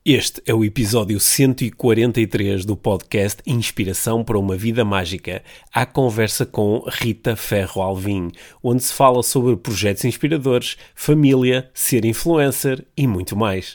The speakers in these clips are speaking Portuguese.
Este é o episódio 143 do podcast Inspiração para uma Vida Mágica, à conversa com Rita Ferro Alvim, onde se fala sobre projetos inspiradores, família, ser influencer e muito mais.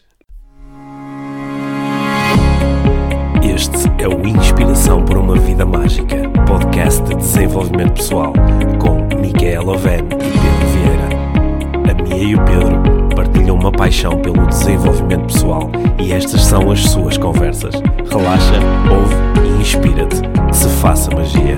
Este é o Inspiração para uma Vida Mágica, podcast de desenvolvimento pessoal, com Micaela Oven e Pedro Vieira. A Mia e o Pedro partilham uma paixão pelo desenvolvimento pessoal e estas são as suas conversas. Relaxa, ouve e inspira-te. Que se faça magia.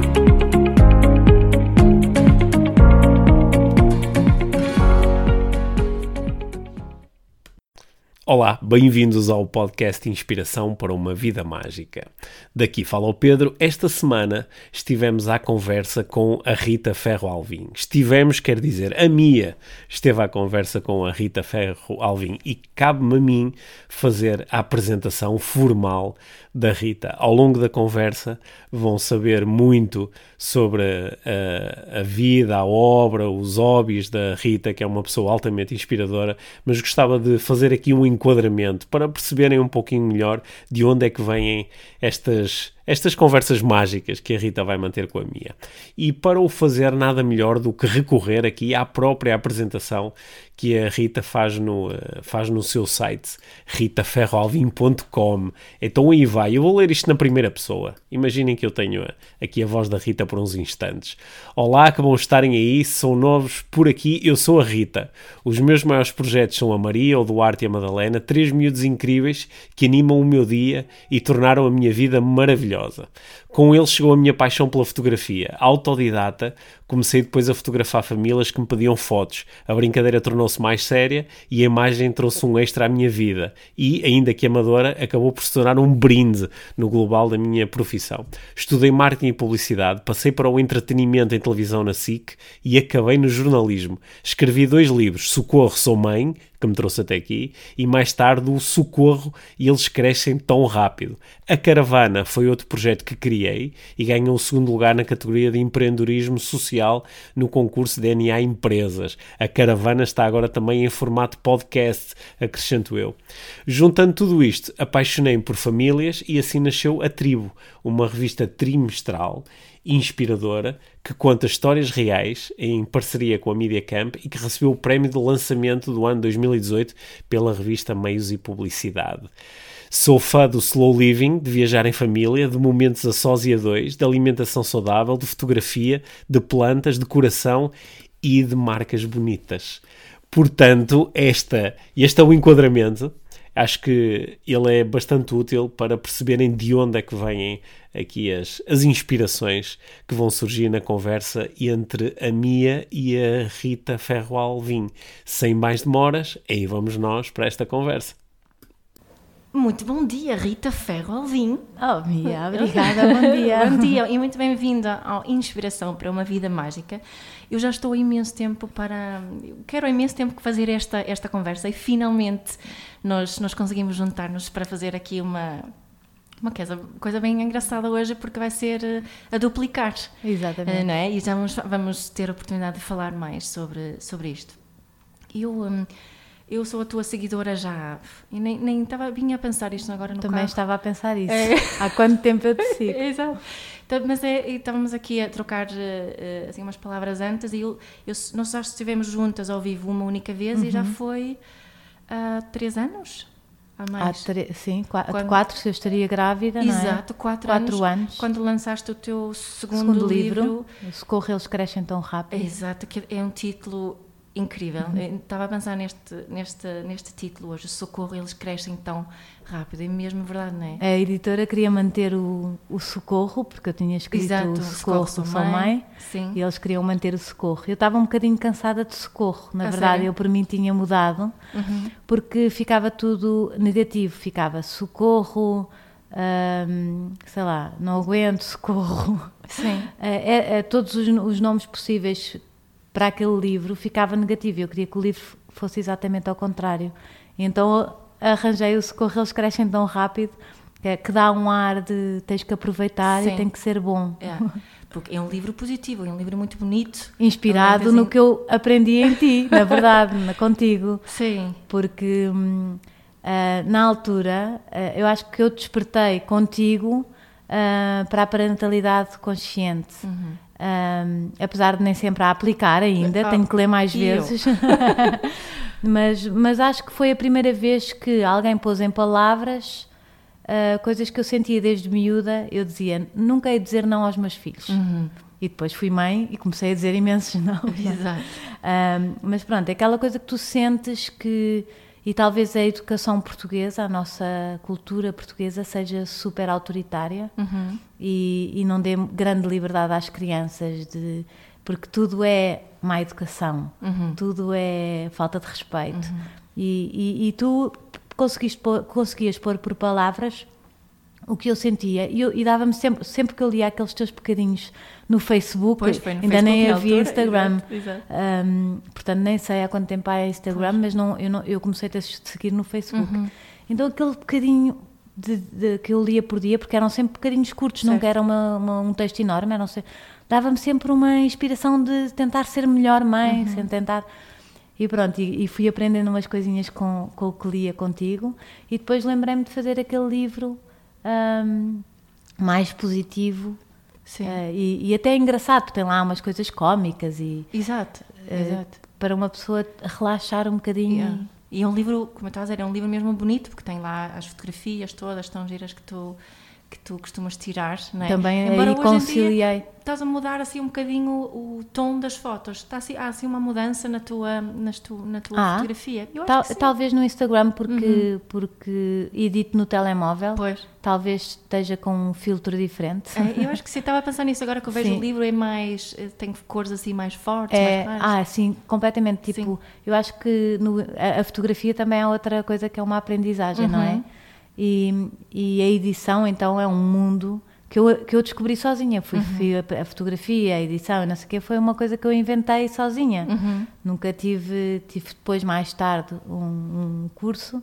Olá, bem-vindos ao podcast Inspiração para uma Vida Mágica. Daqui fala o Pedro. Esta semana estivemos à conversa com a Rita Ferro Alvim. Quer dizer, a Mia esteve à conversa com a Rita Ferro Alvim e cabe-me a mim fazer a apresentação formal da Rita. Ao longo da conversa vão saber muito sobre a vida, a obra, os hobbies da Rita, que é uma pessoa altamente inspiradora, mas gostava de fazer aqui um enquadramento para perceberem um pouquinho melhor de onde é que vêm estas conversas mágicas que a Rita vai manter com a Mia. E para o fazer, nada melhor do que recorrer aqui à própria apresentação que a Rita faz no seu site, ritaferroalvim.com. Então aí vai, eu vou ler isto na primeira pessoa. Imaginem que eu tenho aqui a voz da Rita por uns instantes. Olá, que bom estarem aí, se são novos por aqui, eu sou a Rita. Os meus maiores projetos são a Maria, o Duarte e a Madalena, 3 miúdos incríveis que animam o meu dia e tornaram a minha vida maravilhosa. Com eles chegou a minha paixão pela fotografia. Autodidata, comecei depois a fotografar famílias que me pediam fotos. A brincadeira tornou-se mais séria e a imagem trouxe um extra à minha vida. E, ainda que amadora, acabou por se tornar um brinde no global da minha profissão. Estudei marketing e publicidade, passei para o entretenimento em televisão na SIC e acabei no jornalismo. Escrevi 2 livros, Socorro, Sou Mãe, que me trouxe até aqui, e mais tarde o Socorro e Eles Crescem Tão Rápido. A Caravana foi outro projeto que criei e ganhou o 2º lugar na categoria de empreendedorismo social no concurso DNA Empresas. A Caravana está agora também em formato podcast, acrescento eu. Juntando tudo isto, apaixonei-me por famílias e assim nasceu A Tribo, uma revista trimestral inspiradora, que conta histórias reais em parceria com a Media Camp e que recebeu o prémio de lançamento do ano 2018 pela revista Meios e Publicidade. Sou fã do slow living, de viajar em família, de momentos a sós e a dois, de alimentação saudável, de fotografia, de plantas, de coração e de marcas bonitas. Portanto, este é o enquadramento. Acho que ele é bastante útil para perceberem de onde é que vêm aqui as inspirações que vão surgir na conversa entre a Mia e a Rita Ferro Alvim. Sem mais demoras, aí vamos nós para esta conversa. Muito bom dia, Rita Ferro Alvim. Oh, Mia, obrigada, bom dia. Bom dia e muito bem-vinda ao Inspiração para uma Vida Mágica. Eu já estou há imenso tempo quero há imenso tempo fazer esta conversa e finalmente nós conseguimos juntar-nos para fazer aqui uma coisa bem engraçada hoje, porque vai ser a duplicar. Exatamente. Não é? E já vamos ter a oportunidade de falar mais sobre isto. Eu sou a tua seguidora já, e nem vinha a pensar isto agora no Também carro. estava a pensar isso. Há quanto tempo eu te sigo? Exato. Mas estávamos aqui a trocar assim, umas palavras antes e nós já estivemos juntas ao vivo uma única vez e já foi há 3 anos? Há mais? Sim, 4, se eu estaria grávida, não é? Exato, 4 anos. Quando lançaste o teu segundo livro. O Socorro, Eles Crescem Tão Rápido. Exato, que é um título incrível. Estava a pensar neste título hoje, Socorro, Eles Crescem Tão Rápido. É mesmo verdade, não é? A editora queria manter o Socorro, porque eu tinha escrito Exato, o Socorro, Sou Mãe. Sim. E eles queriam manter o Socorro. Eu estava um bocadinho cansada de Socorro, na verdade. Sério? Eu, por mim, tinha mudado, porque ficava tudo negativo. Ficava Socorro, sei lá, não aguento, Socorro. Sim. Todos os nomes possíveis para aquele livro ficava negativo. Eu queria que o livro fosse exatamente ao contrário. Então arranjei o Socorro, Eles Crescem Tão Rápido, que dá um ar de tens que aproveitar. Sim. E tem que ser bom. Porque é um livro positivo, é um livro muito bonito. Inspirado no que eu aprendi em ti, na verdade, contigo. Sim. Porque Na altura, eu acho que eu despertei contigo para a parentalidade consciente. Apesar de nem sempre a aplicar ainda, tenho que ler mais vezes. mas acho que foi a primeira vez que alguém pôs em palavras coisas que eu sentia desde miúda. Eu dizia, nunca hei de dizer não aos meus filhos. E depois fui mãe e comecei a dizer imensos não. Exato. Mas pronto, é aquela coisa que tu sentes que... E talvez a educação portuguesa, a nossa cultura portuguesa, seja super autoritária e não dê grande liberdade às crianças, porque tudo é má educação, tudo é falta de respeito. E tu conseguias pôr por palavras o que eu sentia, e dava-me sempre que eu lia aqueles teus bocadinhos no Facebook, no ainda Facebook, nem havia Instagram, exato. Portanto nem sei há quanto tempo há Instagram, mas eu comecei a te seguir no Facebook. Então aquele bocadinho que eu lia por dia, porque eram sempre bocadinhos curtos, certo. Nunca era um texto enorme, dava-me sempre uma inspiração de tentar ser melhor mãe, sem tentar... E pronto, e fui aprendendo umas coisinhas com o que lia contigo, e depois lembrei-me de fazer aquele livro mais positivo. E até é engraçado, porque tem lá umas coisas cómicas exato. Para uma pessoa relaxar um bocadinho. E é um livro, como eu estava a dizer, é um livro mesmo bonito, porque tem lá as fotografias todas tão giras que tu costumas tirar, não é? Também Embora aí hoje conciliei. em dia estás a mudar assim um bocadinho o tom das fotos. Há assim uma mudança na tua fotografia. Eu acho que sim. Talvez no Instagram, porque edito no telemóvel. Pois. Talvez esteja com um filtro diferente. Eu acho que sim, estava a pensar nisso. Agora que eu vejo o livro, tem cores assim mais fortes, mais claras. Sim, completamente. Tipo, eu acho que a fotografia também é outra coisa que é uma aprendizagem, não é? E a edição, então, é um mundo que eu descobri sozinha. Fui a fotografia, a edição, não sei o quê, foi uma coisa que eu inventei sozinha. Nunca tive depois, mais tarde, um curso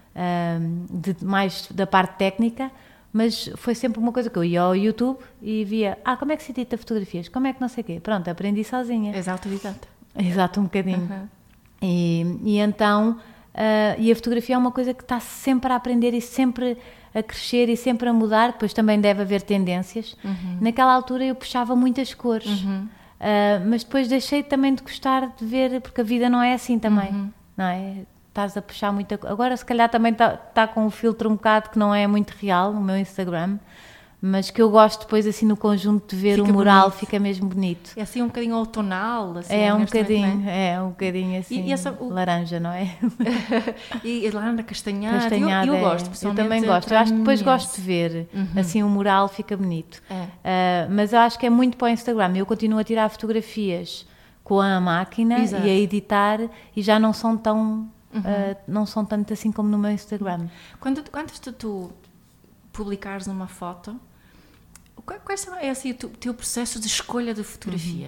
mais da parte técnica, mas foi sempre uma coisa que eu ia ao YouTube e via, como é que se edita fotografias? Como é que não sei o quê? Pronto, aprendi sozinha. És autodidata. Exato, um bocadinho. E então... e a fotografia é uma coisa que está sempre a aprender e sempre a crescer e sempre a mudar. Depois também deve haver tendências. Naquela altura eu puxava muitas cores, mas depois deixei também de gostar de ver, porque a vida não é assim também, não é? Estás a puxar muita coisa. Agora se calhar também está com um filtro um bocado que não é muito real no meu Instagram, mas que eu gosto depois assim no conjunto de ver o mural, fica mesmo bonito. É assim um bocadinho outonal, assim, um bocadinho assim, laranja, não é? E laranja castanhada, eu gosto, pessoalmente. Eu também gosto, eu acho que depois gosto de ver, assim o mural fica bonito. Mas eu acho que é muito para o Instagram, eu continuo a tirar fotografias com a máquina e a editar e já não são tão, não são tanto assim como no meu Instagram. Antes de tu publicares uma foto, qual é assim, o teu processo de escolha de fotografia?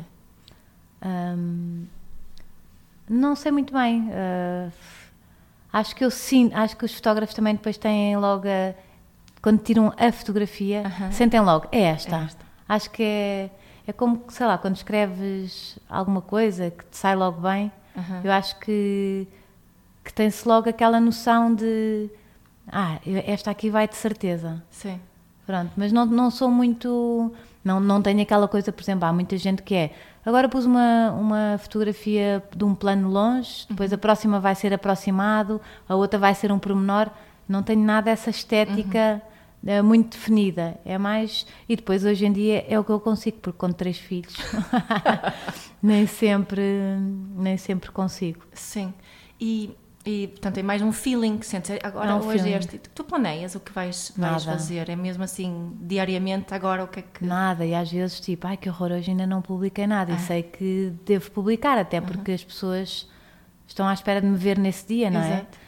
Não sei muito bem. Acho que os fotógrafos também depois têm logo quando tiram a fotografia, sentem logo, é esta. Acho que é como, sei lá, quando escreves alguma coisa que te sai logo bem, eu acho que tem-se logo aquela noção de esta aqui vai de certeza. Sim. Pronto, mas não sou muito... Não tenho aquela coisa, por exemplo, há muita gente que agora pus uma fotografia de um plano longe, depois a próxima vai ser aproximado, a outra vai ser um pormenor. Não tenho nada essa estética muito definida. É mais... E depois, hoje em dia, é o que eu consigo, porque com 3 filhos nem sempre consigo. Sim. E, portanto, é mais um feeling que sentes. Agora, hoje tu planeias o que vais fazer? É mesmo assim, diariamente, agora o que é que... Nada, e às vezes tipo, que horror, hoje ainda não publiquei nada. E sei que devo publicar, até porque as pessoas estão à espera de me ver nesse dia, não é? Exato.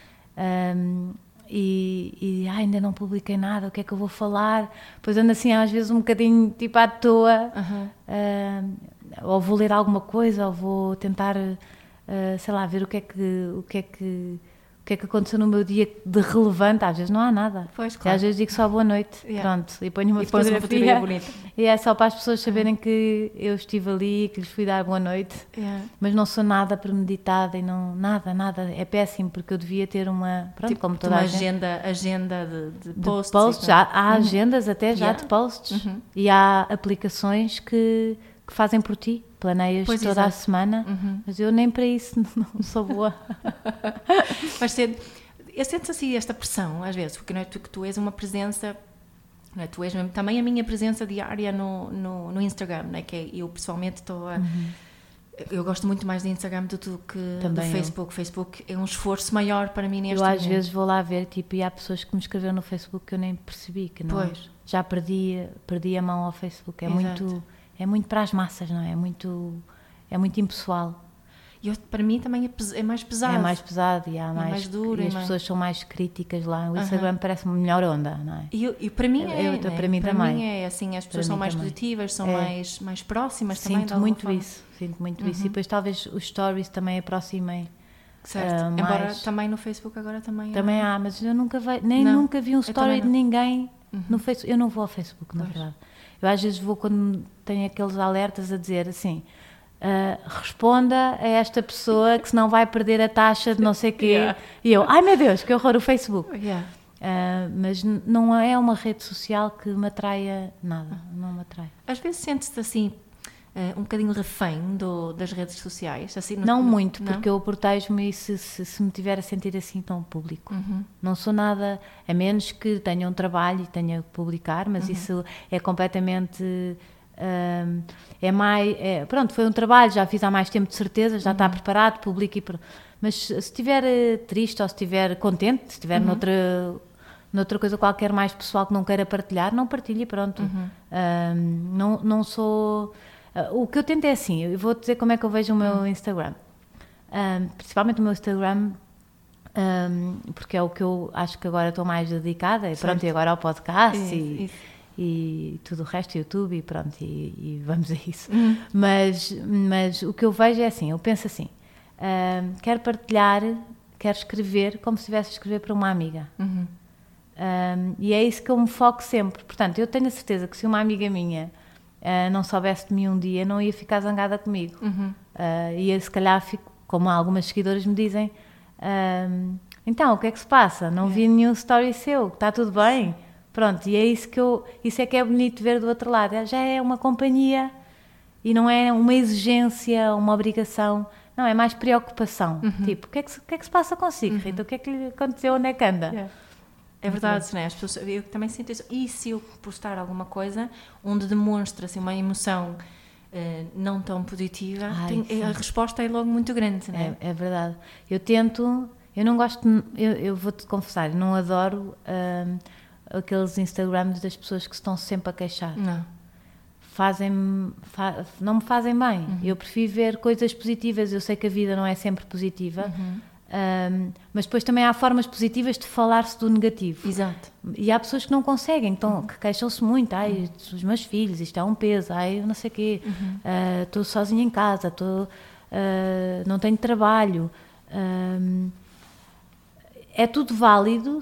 Ainda não publiquei nada, o que é que eu vou falar? Depois ando assim, às vezes um bocadinho tipo à toa, ou vou ler alguma coisa, ou vou tentar... sei lá, ver o que que é que aconteceu no meu dia de relevante. Às vezes não há nada. Pois, E claro. às vezes digo só boa noite, pronto, e ponho uma fotografia bonita. e é só para as pessoas saberem que eu estive ali, que lhes fui dar boa noite. Mas não sou nada premeditada e não, nada, é péssimo, porque eu devia ter uma, pronto, Tipo, como toda uma a gente. agenda de posts. Posts, há agendas até já Yeah. de posts e há aplicações que fazem por ti, planeias Pois, toda a exato. semana, mas eu nem para isso não sou boa. Mas eu sinto assim esta pressão às vezes, porque não é que tu és uma presença, não é? Tu és mesmo, também a minha presença diária no Instagram, não é? Que é, eu pessoalmente estou a... Eu gosto muito mais do Instagram do que Também do eu. Facebook. O Facebook é um esforço maior para mim neste Eu momento. às vezes vou lá ver, tipo, e há pessoas que me escreveram no Facebook que eu nem percebi, que não, Pois. já perdi a mão ao Facebook. Exato. É muito para as massas, não é? É muito impessoal. E para mim também é mais pesado. É mais pesado e há mais duro, e as mais- pessoas são mais críticas lá. O Instagram parece-me melhor onda, não é? E para mim é, Eu- né? para mim também. mim é assim, as pessoas Para são mim mais também. positivas, são É. mais próximas também. de Sinto alguma muito forma. isso. E depois talvez os stories também aproximem. Certo. mais- Embora também no Facebook agora também Também há, mas eu nunca Não, nunca vi um eu story também de não. ninguém no Facebook. Eu não vou ao Facebook, na Pois. verdade. Eu às vezes vou quando tenho aqueles alertas a dizer assim: responda a esta pessoa que senão vai perder a taxa de não sei o quê. Yeah. E eu, ai meu Deus, que horror, o Facebook. Yeah. Mas não é uma rede social que me atraia nada, não me atrai. Às vezes sentes-te assim um bocadinho refém das redes sociais? Assim, Não muito, não? porque eu protejo-me e se me tiver a sentir assim tão público. Uhum. Não sou nada, a menos que tenha um trabalho e tenha que publicar, mas isso é completamente... pronto, foi um trabalho, já fiz há mais tempo de certeza, já está preparado, publico e... Mas se estiver triste ou se estiver contente, se estiver noutra coisa qualquer mais pessoal que não queira partilhar, não partilhe e pronto. Não sou... o que eu tento é assim, eu vou dizer como é que eu vejo o meu Instagram. Principalmente o meu Instagram, porque é o que eu acho que agora estou mais dedicada, e pronto, e agora ao podcast Isso. e tudo o resto, YouTube e pronto, e vamos a isso. Mas o que eu vejo é assim, eu penso assim, quero partilhar, quero escrever como se estivesse a escrever para uma amiga. E é isso que eu me foco sempre. Portanto, eu tenho a certeza que se uma amiga minha não soubesse de mim um dia, não ia ficar zangada comigo. Ia se calhar, como algumas seguidoras me dizem, então, o que é que se passa? Não vi nenhum story seu, está tudo bem? Pronto, e é isso é que é bonito ver do outro lado. Já é uma companhia e não é uma exigência, uma obrigação. Não, é mais preocupação. Tipo, o que é que se passa consigo, Rita? O que é que lhe aconteceu? Onde é que anda? Yeah. É verdade, não é? As pessoas, eu também sinto isso. E se eu postar alguma coisa onde demonstra assim, uma emoção não tão positiva, a resposta é logo muito grande, não é? É verdade. Eu não gosto, eu vou-te confessar, não adoro aqueles Instagrams das pessoas que estão sempre a queixar. Não. Não me fazem bem. Eu prefiro ver coisas positivas. Eu sei que a vida não é sempre positiva, mas depois também há formas positivas de falar-se do negativo. Exato. E há pessoas que não conseguem, que queixam-se muito. Ai, os meus filhos, isto é um peso. Ai, eu não sei o quê. Estou sozinha em casa, não tenho trabalho. É tudo válido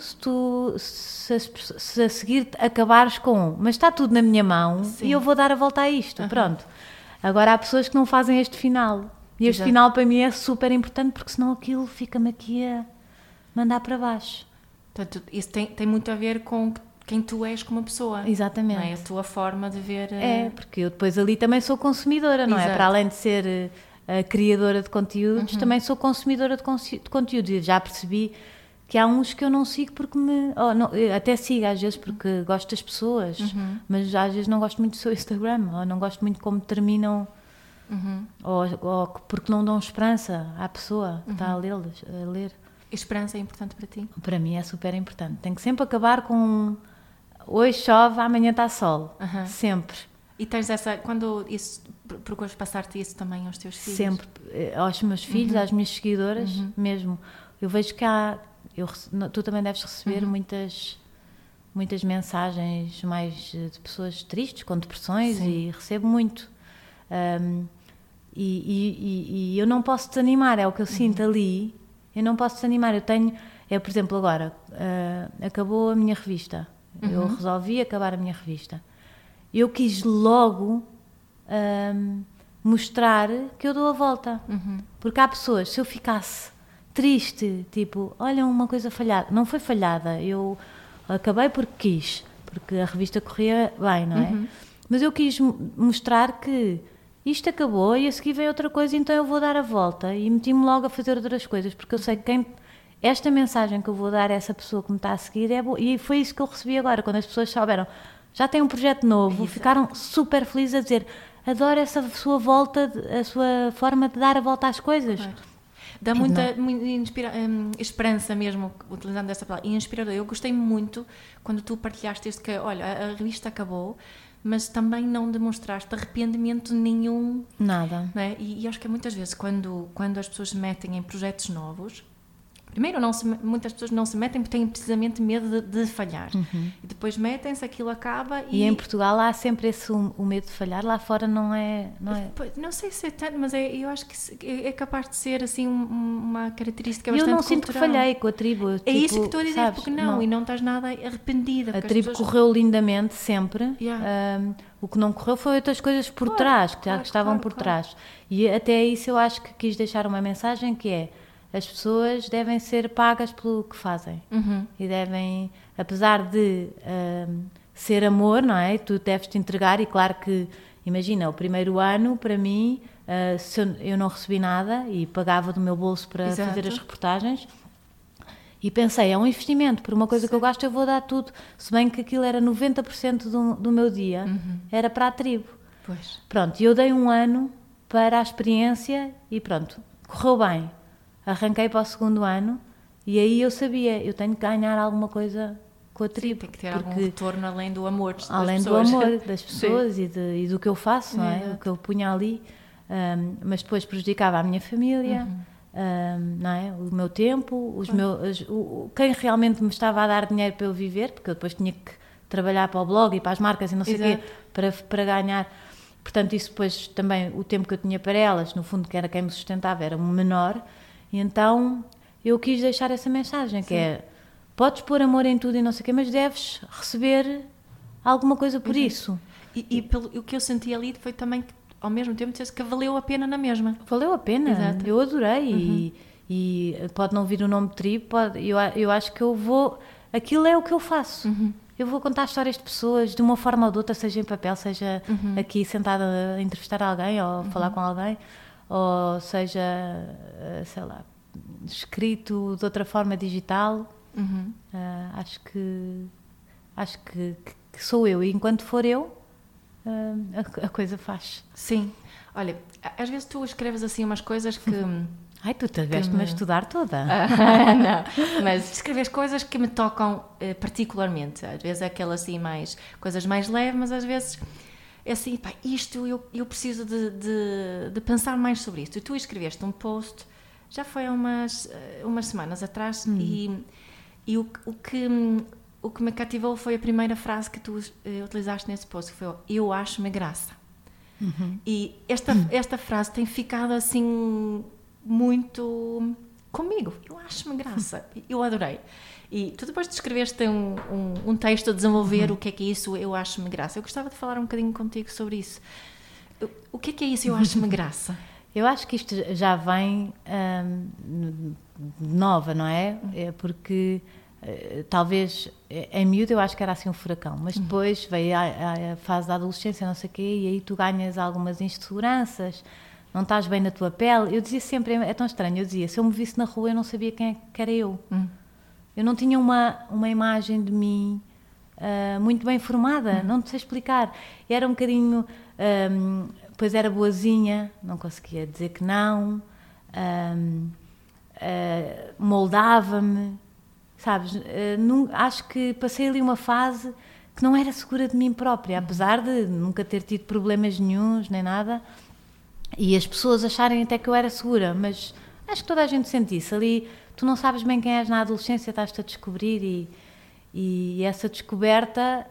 se a seguir acabares com mas está tudo na minha mão. Sim. E eu vou dar a volta a isto, pronto. Agora há pessoas que não fazem este final e este final para mim é super importante porque senão aquilo fica-me aqui a mandar para baixo. Portanto, isso tem muito a ver com quem tu és como pessoa. Exatamente. Não é? A tua forma de ver... porque eu depois ali também sou consumidora, não é? Para além de ser a criadora de conteúdos, também sou consumidora de conteúdos e já percebi que há uns que eu não sigo porque até sigo às vezes porque gosto das pessoas, mas às vezes não gosto muito do seu Instagram, ou não gosto muito como terminam, ou porque não dão esperança à pessoa que está a ler. Esperança é importante para ti? Para mim é super importante. Tem que sempre acabar com hoje chove, amanhã está sol. Sempre. E tens quando isso, procuras passar-te isso também aos teus filhos? Sempre. Aos meus filhos, às minhas seguidoras, mesmo. Eu vejo que tu também deves receber muitas mensagens mais de pessoas tristes, com depressões, e recebo muito. E eu não posso desanimar, é o que eu sinto ali. Eu não posso desanimar. É, por exemplo, agora, acabou a minha revista. Eu resolvi acabar a minha revista. Eu quis logo mostrar que eu dou a volta. Porque há pessoas, se eu ficasse triste, tipo, olha uma coisa falhada. Não foi falhada, eu acabei porque quis. Porque a revista corria bem, não é? Mas eu quis mostrar que isto acabou e a seguir vem outra coisa, então eu vou dar a volta. E meti-me logo a fazer outras coisas, porque eu sei que esta mensagem que eu vou dar a essa pessoa que me está a seguir é boa. E foi isso que eu recebi agora, quando as pessoas souberam, já tem um projeto novo, ficaram super felizes a dizer, adoro essa sua volta, a sua forma de dar a volta às coisas. Claro. Dá muita esperança mesmo, utilizando esta palavra, e inspirador. Eu gostei muito quando tu partilhaste isto, que olha, a revista acabou, mas também não demonstraste arrependimento nenhum. Nada. Não é? E acho que muitas vezes quando as pessoas se metem em projetos novos, primeiro, muitas pessoas não se metem porque têm precisamente medo de falhar. E depois metem-se, aquilo acaba e em Portugal há sempre o medo de falhar, lá fora não é... Não sei se é tanto, mas eu acho que é capaz de ser assim uma característica bastante cultural. Eu não sinto que falhei com a tribo. É isso que estou a dizer, sabes, porque não, e não estás nada arrependida. A tribo correu lindamente sempre. O que não correu foi outras coisas por trás, que já estavam por trás. E até isso eu acho que quis deixar uma mensagem que é: as pessoas devem ser pagas pelo que fazem. E devem, apesar de ser amor, não é? Tu deves te entregar, e claro que, imagina, o primeiro ano, para mim, se eu não recebi nada e pagava do meu bolso para fazer as reportagens, e pensei, é um investimento, por uma coisa que eu gosto, eu vou dar tudo, se bem que aquilo era 90% do meu dia, era para a tribo. Pois. Pronto, e eu dei um ano para a experiência e pronto, correu bem. Arranquei para o segundo ano e aí eu sabia, eu tenho que ganhar alguma coisa com a tribo. Tem que ter algum retorno além do amor das pessoas. Além do amor das pessoas e do que eu faço, não é? O que eu punha ali. Mas depois prejudicava a minha família, não é? O meu tempo, quem realmente me estava a dar dinheiro para eu viver, porque eu depois tinha que trabalhar para o blog e para as marcas e não sei o quê, para ganhar. Portanto, isso depois também, o tempo que eu tinha para elas, no fundo, que era quem me sustentava, era menor. E então eu quis deixar essa mensagem, que é, podes pôr amor em tudo e não sei o quê, mas deves receber alguma coisa por isso. E o que eu senti ali foi também que, ao mesmo tempo, dissesse que valeu a pena na mesma. Valeu a pena. Exato. Eu adorei. E pode não vir o nome de tribo, eu acho que eu vou... Aquilo é o que eu faço. Eu vou contar histórias de pessoas de uma forma ou de outra, seja em papel, seja aqui sentada a entrevistar alguém ou falar com alguém, ou seja, sei lá, escrito de outra forma, digital. Acho que sou eu, e enquanto for eu, a coisa faz. Sim. Olha, às vezes tu escreves assim umas coisas que... Ai, tu tiveste-me a estudar toda. Não, mas escreves coisas que me tocam particularmente. Às vezes é aquelas assim coisas mais leves, mas às vezes é assim, pá, isto eu preciso de pensar mais sobre isto. E tu escreveste um post, já foi há umas semanas atrás, e o que me cativou foi a primeira frase que tu utilizaste nesse post, que foi: eu acho-me graça. E esta frase tem ficado assim muito comigo. Eu acho-me graça. Eu adorei. E tu depois escreveste um texto a desenvolver o que é isso, eu acho-me graça. Eu gostava de falar um bocadinho contigo sobre isso. O que é isso, eu acho-me graça? Eu acho que isto já vem nova, não é? Porque talvez em miúdo eu acho que era assim um furacão, mas depois veio a fase da adolescência, não sei o quê, e aí tu ganhas algumas inseguranças, não estás bem na tua pele. Eu dizia sempre, é tão estranho, eu dizia, se eu me visse na rua eu não sabia quem que era eu. Eu não tinha uma imagem de mim muito bem formada, não te sei explicar. Era um bocadinho, pois era boazinha, não conseguia dizer que não, moldava-me, sabes? Acho que passei ali uma fase que não era segura de mim própria, apesar de nunca ter tido problemas nenhuns, nem nada, e as pessoas acharem até que eu era segura, mas acho que toda a gente sente isso. Ali tu não sabes bem quem és na adolescência, estás-te a descobrir, e essa descoberta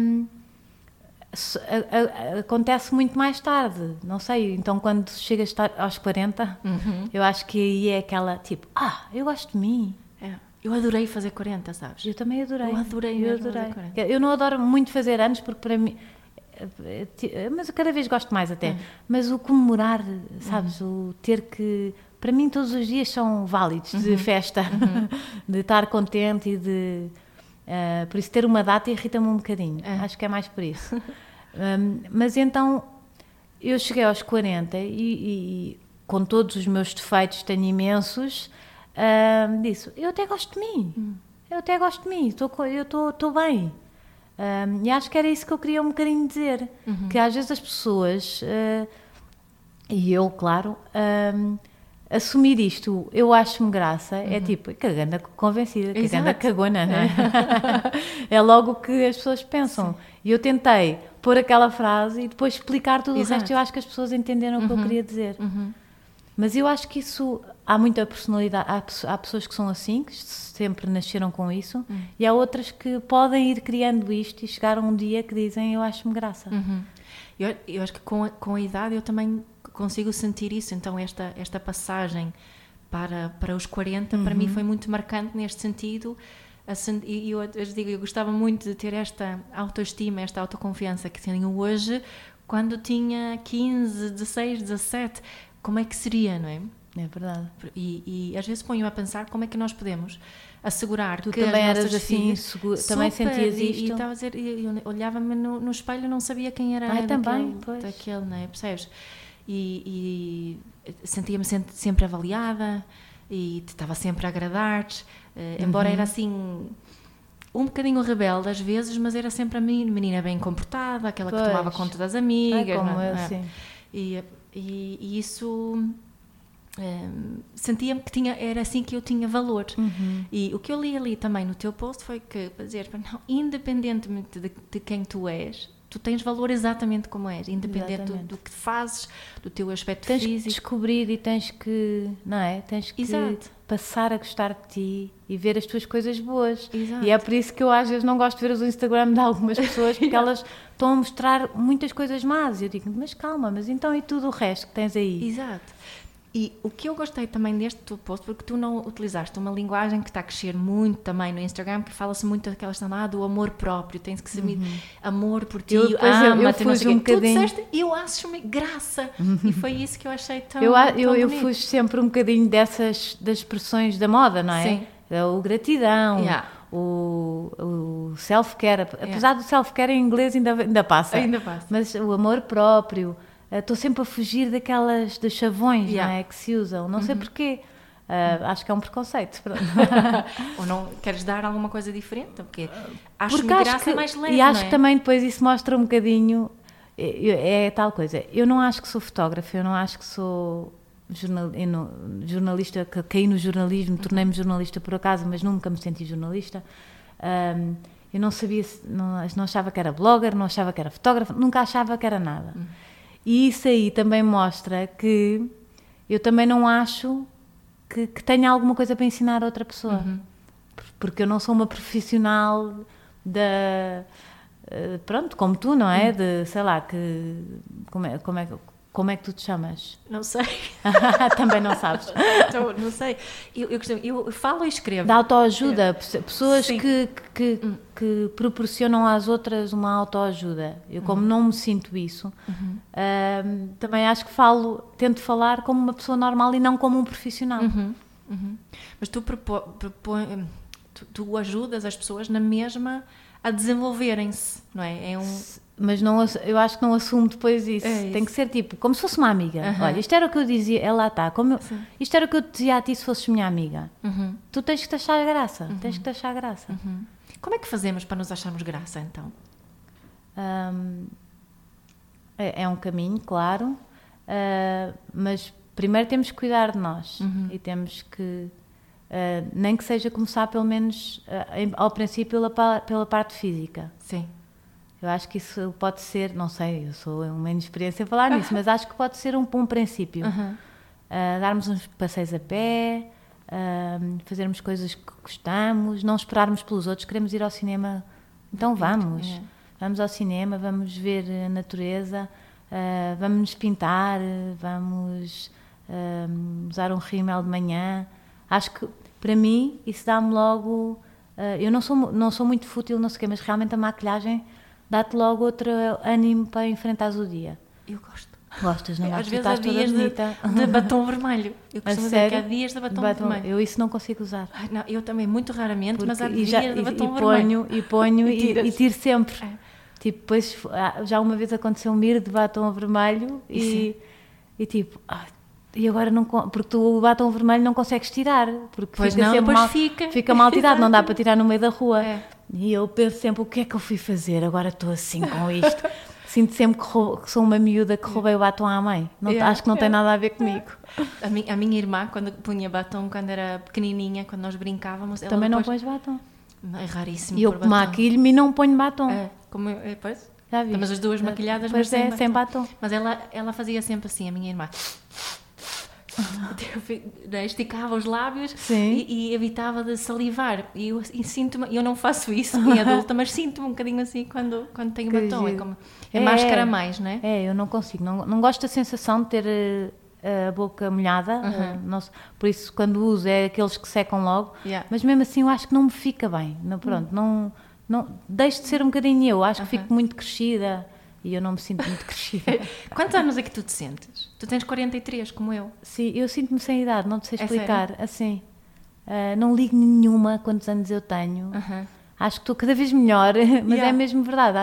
acontece muito mais tarde, não sei. Então quando chegas aos 40, eu acho que aí é aquela tipo, eu gosto de mim. Eu adorei fazer 40, sabes? Eu também adorei. Eu adorei Eu mesmo adorei. fazer 40. Eu não adoro muito fazer anos, porque para mim... Mas eu cada vez gosto mais até. Mas o comemorar, sabes? O ter que... Para mim todos os dias são válidos de festa, de estar contente e de... por isso ter uma data irrita-me um bocadinho. Acho que é mais por isso. Mas então eu cheguei aos 40 e com todos os meus defeitos, tenho imensos, disse, eu até gosto de mim. Eu até gosto de mim. Eu estou bem. E acho que era isso que eu queria um bocadinho dizer. Que às vezes as pessoas, e eu, claro... assumir isto, eu acho-me graça, é tipo, caganda convencida, caganda cagona, não é? É logo o que as pessoas pensam. E eu tentei pôr aquela frase e depois explicar tudo o resto, eu acho que as pessoas entenderam o que eu queria dizer. Mas eu acho que isso, há muita personalidade, há pessoas que são assim, que sempre nasceram com isso, e há outras que podem ir criando isto e chegar um dia que dizem, eu acho-me graça. Eu acho que com a idade eu também consigo sentir isso, então esta passagem para os 40 para mim foi muito marcante neste sentido, e eu digo, eu gostava muito de ter esta autoestima, esta autoconfiança que tenho hoje, quando tinha 15, 16, 17, como é que seria, não é? É verdade. E às vezes ponho-me a pensar como é que nós podemos assegurar tu que também as eras nossas assim, filhas, também sentias isto? E estava a dizer, eu olhava-me no espelho e não sabia quem era daquele, não é? Percebes? E sentia-me sempre avaliada e estava sempre a agradar-te, embora era assim um bocadinho rebelde às vezes, mas era sempre a menina bem comportada, aquela que tomava conta das amigas. Como eu, sim. E isso... sentia-me que era assim que eu tinha valor. E o que eu li ali também no teu post foi que, para dizer, não, independentemente de quem tu és, tu tens valor exatamente como és, independente do que fazes, do teu aspecto físico. Tens que descobrir e tens que, não é? Tens que passar a gostar de ti e ver as tuas coisas boas. Exato. E é por isso que eu às vezes não gosto de ver o Instagram de algumas pessoas, porque elas estão a mostrar muitas coisas más. E eu digo, mas calma, mas então e tudo o resto que tens aí? Exato. E o que eu gostei também deste teu post, porque tu não utilizaste uma linguagem que está a crescer muito também no Instagram, que fala-se muito daquela questão do amor próprio, tens que ser amor por ti, ama-te, não sei o quê. Tu disseste, eu acho-me graça. E foi isso que eu achei tão Eu fujo sempre um bocadinho das expressões da moda, não é? Sim. O gratidão, o self-care, apesar do self-care em inglês ainda passa. Ainda passa. Mas o amor próprio... Estou sempre a fugir das chavões, não é, que se usam. Não sei porquê. Acho que é um preconceito. Ou não queres dar alguma coisa diferente? Porque acho-me graça mais leve, e acho que também depois isso mostra um bocadinho... É tal coisa. Eu não acho que sou fotógrafa, eu não acho que sou jornalista, que caí no jornalismo, tornei-me jornalista por acaso, mas nunca me senti jornalista. Eu não sabia, não achava que era blogger, não achava que era fotógrafa, nunca achava que era nada. E isso aí também mostra que eu também não acho que tenha alguma coisa para ensinar a outra pessoa. Porque eu não sou uma profissional pronto, como tu, não é? De, sei lá, como é que tu te chamas? Não sei. Também não sabes. Então, não sei. Eu falo e escrevo. Da autoajuda. Pessoas que proporcionam às outras uma autoajuda. Eu, como não me sinto isso, também acho que tento falar como uma pessoa normal e não como um profissional. Mas tu ajudas as pessoas na mesma a desenvolverem-se, não é? Mas não, eu acho que não assumo depois isso. Tem que ser tipo, como se fosse uma amiga. Olha, isto era o que eu dizia, ela está. Isto era o que eu te dizia a ti se fosses minha amiga. Tu tens que te achar graça. Tens que te achar graça. Como é que fazemos para nos acharmos graça, então? É um caminho, claro. Mas primeiro temos que cuidar de nós. E temos que... nem que seja começar pelo menos ao princípio pela parte física. Sim. Eu acho que isso pode ser, não sei, eu sou uma inexperiência a falar nisso, mas acho que pode ser um bom princípio. Darmos uns passeios a pé, fazermos coisas que gostamos, não esperarmos pelos outros, queremos ir ao cinema, então vamos. Vamos ao cinema, vamos ver a natureza, vamos nos pintar, vamos usar um rímel de manhã. Acho que para mim, isso dá-me logo... eu não sou muito fútil, não sei o quê, mas realmente a maquilhagem dá-te logo outro ânimo para enfrentares o dia. Eu gosto. Gostas, não Às gostas? vezes há Estás toda dias bonita. de batom vermelho. Eu A costumo dizer que há sério? dias de batom vermelho. Eu isso não consigo usar. Ai, não, eu também, muito raramente, mas há Porque- dias de batom vermelho. ponho E tiras. e tiro sempre. É. Tipo, depois já uma vez aconteceu-me ir de batom vermelho e tipo, e agora não, porque tu o batom vermelho não consegues tirar, porque Pois fica não, sempre depois fica. mal tirado, não dá para tirar no meio da rua. É. E eu penso sempre, o que é que eu fui fazer? Agora estou assim com isto. Sinto sempre que sou uma miúda que roubei o batom à mãe. Não, acho que não tem nada a ver comigo. A minha irmã, quando punha batom, quando era pequenininha, quando nós brincávamos... ela Também não depois... pões batom. É raríssimo E eu pôr que maquilho-me e não ponho batom. É, como eu, pois. Já viste? Estamos as duas maquilhadas, Pois mas é, sem batom. Mas ela fazia sempre assim, a minha irmã. Esticava os lábios e evitava de salivar. E sinto-me, eu não faço isso em adulta, mas sinto-me um bocadinho assim quando tenho Que batom. giro. É máscara mais, não é? É, eu não consigo. Não gosto da sensação de ter a boca molhada. Por isso, quando uso, é aqueles que secam logo. Yeah. Mas mesmo assim, eu acho que não me fica bem. Pronto, não, deixo de ser um bocadinho eu. Acho que fico muito crescida. E eu não me sinto muito crescida. Quantos anos é que tu te sentes? Tu tens 43, como eu. Sim, eu sinto-me sem idade, não te sei É explicar. Assim, não ligo nenhuma quantos anos eu tenho. Acho que estou cada vez melhor, mas é mesmo verdade.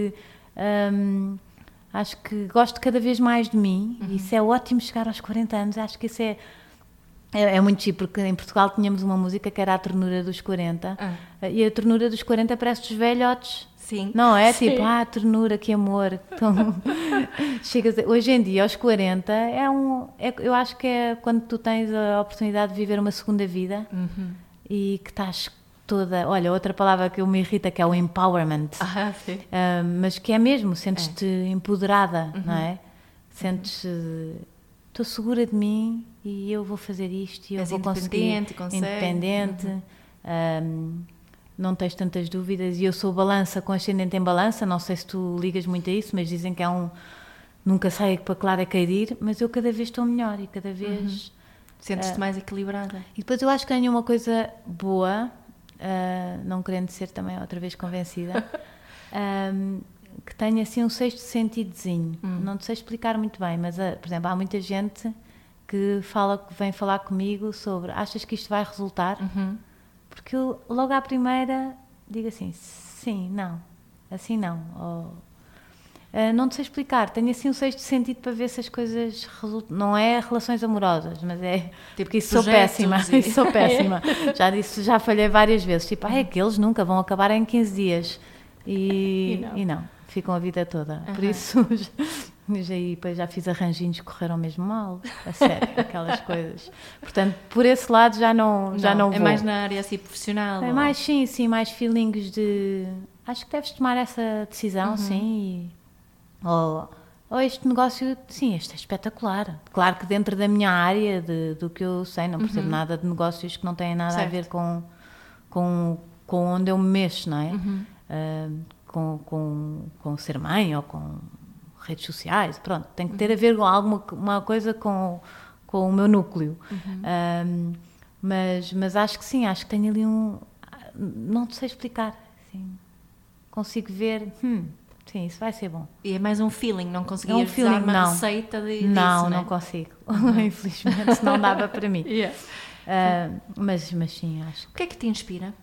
Acho que gosto cada vez mais de mim. E isso é ótimo chegar aos 40 anos. Acho que isso é muito chique, porque em Portugal tínhamos uma música que era a ternura dos 40. E a ternura dos 40 parece dos velhotes. Sim. Não é? Sim. Tipo, ternura, que amor. Então, hoje em dia, aos 40, eu acho que é quando tu tens a oportunidade de viver uma segunda vida e que estás toda... Olha, outra palavra que me irrita, que é o empowerment. Sim. Mas que é mesmo, sentes-te empoderada, não é? Sentes... Estou segura de mim e eu vou fazer isto e eu vou conseguir... Independente. Não tens tantas dúvidas, e eu sou balança com ascendente em balança, não sei se tu ligas muito a isso, mas dizem que nunca sai para claro a cair, mas eu cada vez estou melhor e cada vez... Sentes-te mais equilibrada. E depois eu acho que ganho uma coisa boa, não querendo ser também outra vez convencida, que tenho assim um sexto sentidozinho, não te sei explicar muito bem, mas por exemplo, há muita gente que vem falar comigo sobre, achas que isto vai resultar? Porque eu, logo à primeira, digo assim, sim, não, assim não. Não te sei explicar, tenho assim um sexto sentido para ver se as coisas resultam. Não é relações amorosas, mas é... Tipo, porque isso sou péssima, sou péssima. Já falhei várias vezes, tipo, aqueles nunca vão acabar em 15 dias. E não, ficam a vida toda. Por isso... Depois já fiz arranjinhos que correram mesmo mal, a sério, aquelas coisas. Portanto, por esse lado já não vou. É mais na área assim profissional? É mais, sim, mais feelings de... Acho que deves tomar essa decisão, sim. Ou este negócio, sim, este é espetacular. Claro que dentro da minha área, do que eu sei, não percebo nada de negócios que não têm nada a ver com onde eu me mexo, não é? Com ser mãe ou com... redes sociais, pronto, tem que ter a ver com uma coisa com o meu núcleo. Mas acho que sim, acho que tenho ali não te sei explicar, assim, consigo ver, sim, isso vai ser bom. E é mais um feeling, não conseguias dar uma receita disso, não consigo, infelizmente, não dava para mim. Mas sim, acho que... O que é que te inspira?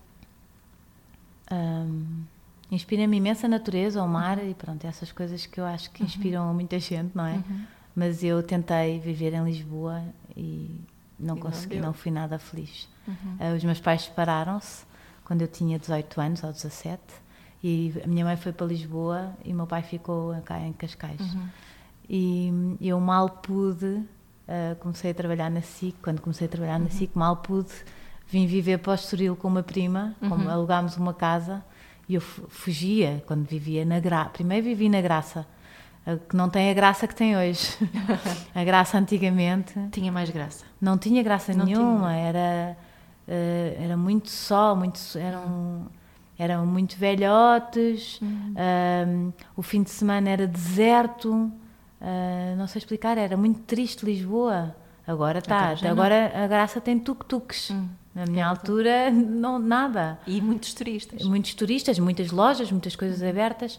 Inspira-me imensa a natureza, o mar e pronto, essas coisas que eu acho que inspiram muita gente, não é? Mas eu tentei viver em Lisboa e não consegui, não fui nada feliz. Os meus pais separaram-se quando eu tinha 18 anos ou 17 e a minha mãe foi para Lisboa e o meu pai ficou cá em Cascais. E eu mal pude, comecei a trabalhar na SIC, quando comecei a trabalhar na SIC, mal pude, vim viver para o Estoril com uma prima, como alugámos uma casa. E eu fugia quando vivia na Graça. Primeiro vivi na Graça, que não tem a graça que tem hoje. A Graça antigamente... Tinha mais graça. Não tinha graça nenhuma. Era muito sol, eram muito velhotes. O fim de semana era deserto. Não sei explicar, era muito triste Lisboa. Agora está. já Agora a Graça tem tuk-tuks. Na minha altura, não, nada. E muitos turistas. Muitos turistas, muitas lojas, muitas coisas abertas.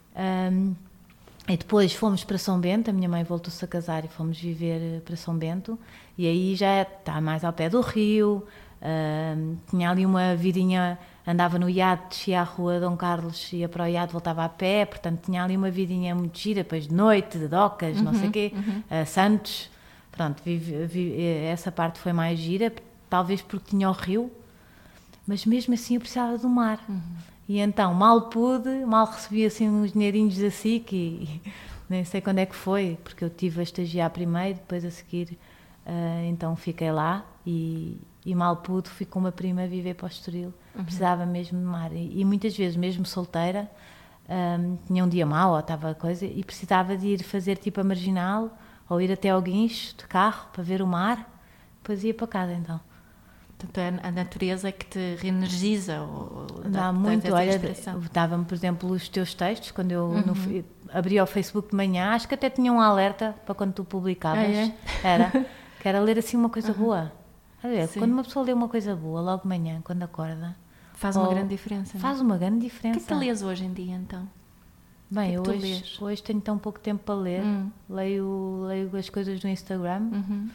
E depois fomos para São Bento, a minha mãe voltou-se a casar e fomos viver para São Bento. E aí já está mais ao pé do rio. Tinha ali uma vidinha, andava no iate, descia a rua Dom Carlos, ia para o iate, voltava a pé. Portanto, tinha ali uma vidinha muito gira, depois de noite, de docas, não sei o quê. Santos. Pronto, essa parte foi mais gira, talvez porque tinha o rio. Mas mesmo assim eu precisava do mar. E então, mal recebi assim uns dinheirinhos da SIC e nem sei quando é que foi, porque eu estive a estagiar primeiro, depois a seguir, então fiquei lá e mal pude, fui com uma prima a viver para o Estoril. Precisava mesmo de mar. E muitas vezes, mesmo solteira, tinha um dia mau ou estava coisa, e precisava de ir fazer tipo a Marginal ou ir até ao Guincho de carro para ver o mar, depois ia para casa então. Portanto, a natureza que te reenergiza dá muito, olha, dava-me, por exemplo, os teus textos, quando eu abria o Facebook de manhã, acho que até tinha um alerta para quando tu publicavas, que era ler assim uma coisa boa. Quando uma pessoa lê uma coisa boa, logo de manhã, quando acorda... Faz uma grande diferença, Faz uma grande diferença. O que é que lês hoje em dia, então? Bem, hoje tenho tão pouco tempo para ler, leio as coisas do Instagram,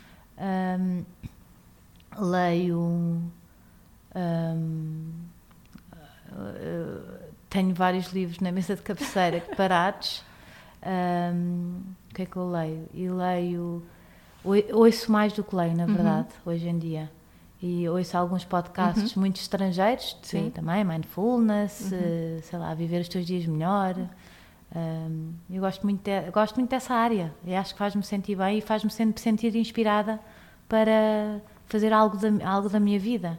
leio, tenho vários livros na mesa de cabeceira parados. O que é que eu leio? E leio, ouço mais do que leio, na verdade, hoje em dia. E ouço alguns podcasts muito estrangeiros, também, mindfulness, sei lá, viver os teus dias melhor. Eu gosto muito dessa área, e acho que faz-me sentir bem e faz-me sempre sentir inspirada para fazer algo da minha vida.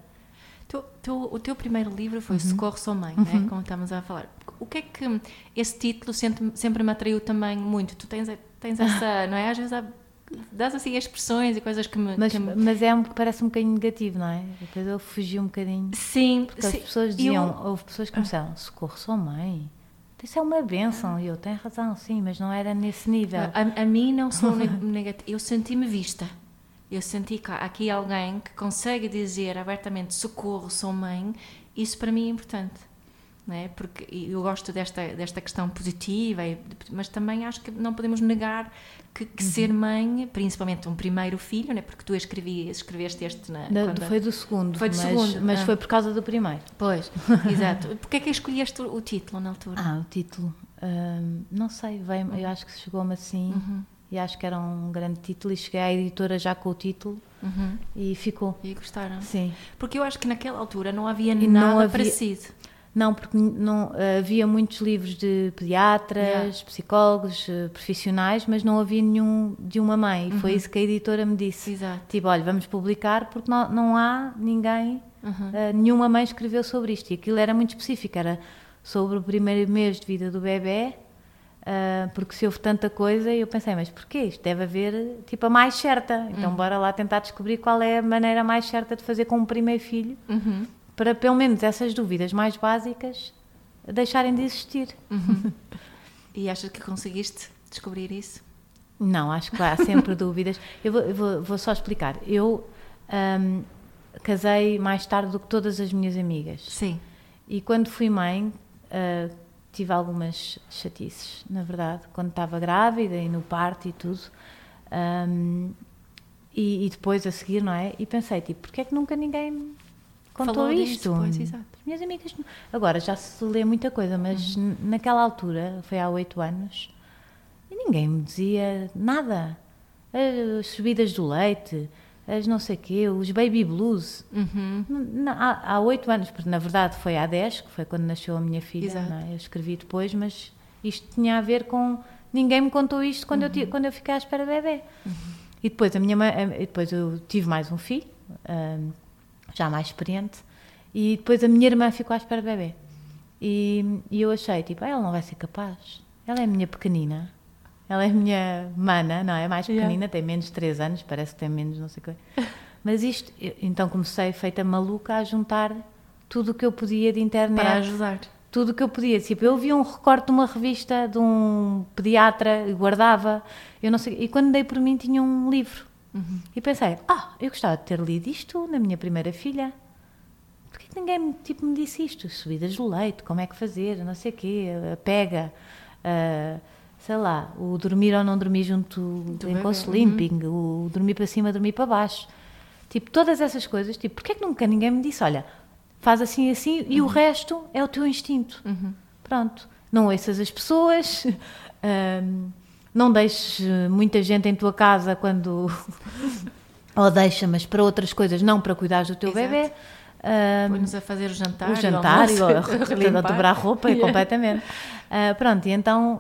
O teu primeiro livro foi Socorro, Sou Mãe, né? Como estamos a falar. O que é que esse título sempre me atraiu também muito? Tu tens essa, não é? Às vezes dás assim expressões e coisas que me... Mas parece um bocadinho negativo, não é? Depois eu fugi um bocadinho. Sim. Porque as pessoas diziam, houve pessoas que começaram, Socorro, Sou Mãe. Isso é uma bênção, e eu tenho razão, sim, mas não era nesse nível. A mim não sou negativa, eu senti-me vista. Eu senti que há aqui alguém que consegue dizer abertamente socorro, sou mãe, isso para mim é importante, não é? Porque eu gosto desta questão positiva, mas também acho que não podemos negar que ser mãe, principalmente um primeiro filho, não é? Porque tu escreveste este... Foi do segundo, foi do segundo, mas foi por causa do primeiro. Pois, exato. Porquê é que escolheste o título na altura? O título, não sei, eu acho que chegou-me assim... E acho que era um grande título, e cheguei à editora já com o título e ficou. E gostaram? Sim. Porque eu acho que naquela altura não havia nada parecido. Não, porque havia muitos livros de pediatras, psicólogos, profissionais, mas não havia nenhum de uma mãe. E foi isso que a editora me disse. Exato. Tipo, olha, vamos publicar porque não há ninguém, nenhuma mãe escreveu sobre isto. E aquilo era muito específico, era sobre o primeiro mês de vida do bebê. Porque se houve tanta coisa, eu pensei, mas porquê? Isto deve haver tipo a mais certa, então bora lá tentar descobrir qual é a maneira mais certa de fazer com o primeiro filho, para pelo menos essas dúvidas mais básicas deixarem de existir. E achas que conseguiste descobrir isso? Não, acho que há sempre dúvidas. Eu vou só explicar. Eu casei mais tarde do que todas as minhas amigas. Sim. E quando fui mãe... tive algumas chatices, na verdade, quando estava grávida e no parto e tudo, e depois a seguir, não é? E pensei, tipo, porque é que nunca ninguém me contou falou isto? Disso, pois, exato. As minhas amigas... Agora, já se lê muita coisa, mas naquela altura, foi há 8 anos, e ninguém me dizia nada. As subidas do leite... as não sei quê, os baby blues. Há 8 anos, porque na verdade foi há 10, que foi quando nasceu a minha filha, não é? Eu escrevi depois, mas isto tinha a ver com... Ninguém me contou isto quando eu fiquei à espera do bebê. E depois depois eu tive mais um filho, já mais experiente, e depois a minha irmã ficou à espera do bebê. E eu achei, tipo, ela não vai ser capaz. Ela é a minha pequenina. Ela é a minha mana, não é? Mais pequenina, tem menos de 3 anos, parece que tem menos não sei o quê. Mas então comecei, feita maluca, a juntar tudo o que eu podia de internet. Para ajudar. Tudo o que eu podia. Tipo, eu via um recorte de uma revista de um pediatra e guardava, eu não sei, e quando dei por mim tinha um livro E pensei, eu gostava de ter lido isto na minha primeira filha. Porquê que ninguém me disse isto? Subidas do leite, como é que fazer, não sei o quê, a pega, sei lá, o dormir ou não dormir junto do encosto limping, o dormir para cima, dormir para baixo. Tipo, todas essas coisas, tipo, porquê que nunca ninguém me disse, olha, faz assim assim e o resto é o teu instinto. Pronto. Não ouças as pessoas, não deixes muita gente em tua casa quando... ou deixa, mas para outras coisas, não para cuidares do teu bebê. Põe-nos a fazer o jantar e a dobrar a roupa, completamente. Pronto, e então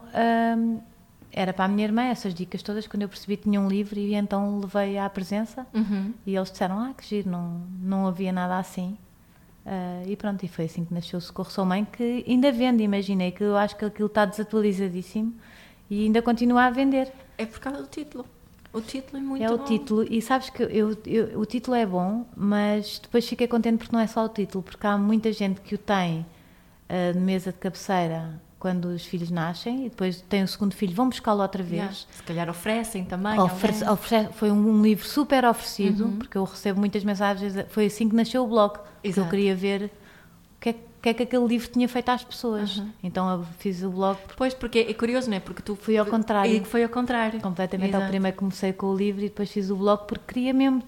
era para a minha irmã essas dicas todas, quando eu percebi que tinha um livro, e então levei à presença, e eles disseram, que giro, não havia nada assim. E pronto, e foi assim que nasceu o Socorro Sou Mãe, que ainda vende, imaginei, que eu acho que aquilo está desatualizadíssimo e ainda continua a vender. É por causa do título. O título é muito bom. É o título, e sabes que o título é bom, mas depois fiquei contente porque não é só o título, porque há muita gente que o tem de mesa de cabeceira quando os filhos nascem, e depois tem o segundo filho, vão buscá-lo outra vez. Se calhar oferecem também. Foi um livro super oferecido, porque eu recebo muitas mensagens, foi assim que nasceu o blog, que eu queria ver o que é que aquele livro tinha feito às pessoas. Então eu fiz o blog. Pois, porque é curioso, não é? Porque tu... Fui ao contrário. E foi ao contrário. Completamente. Ao primeiro comecei com o livro e depois fiz o blog, porque queria mesmo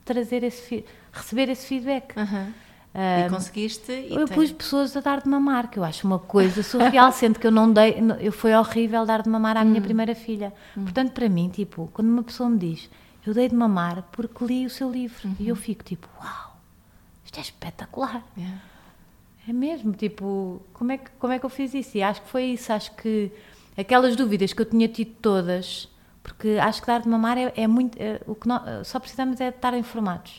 receber esse feedback. E conseguiste... Eu pus pessoas a dar de mamar, que eu acho uma coisa surreal, sendo que eu não dei... Foi horrível dar de mamar à minha primeira filha. Portanto, para mim, tipo, quando uma pessoa me diz, eu dei de mamar porque li o seu livro, e eu fico tipo, uau, isto é espetacular. É mesmo, tipo, como é que eu fiz isso? E acho que foi isso, acho que aquelas dúvidas que eu tinha tido todas, porque acho que dar de mamar é muito... o que só precisamos é de estar informados.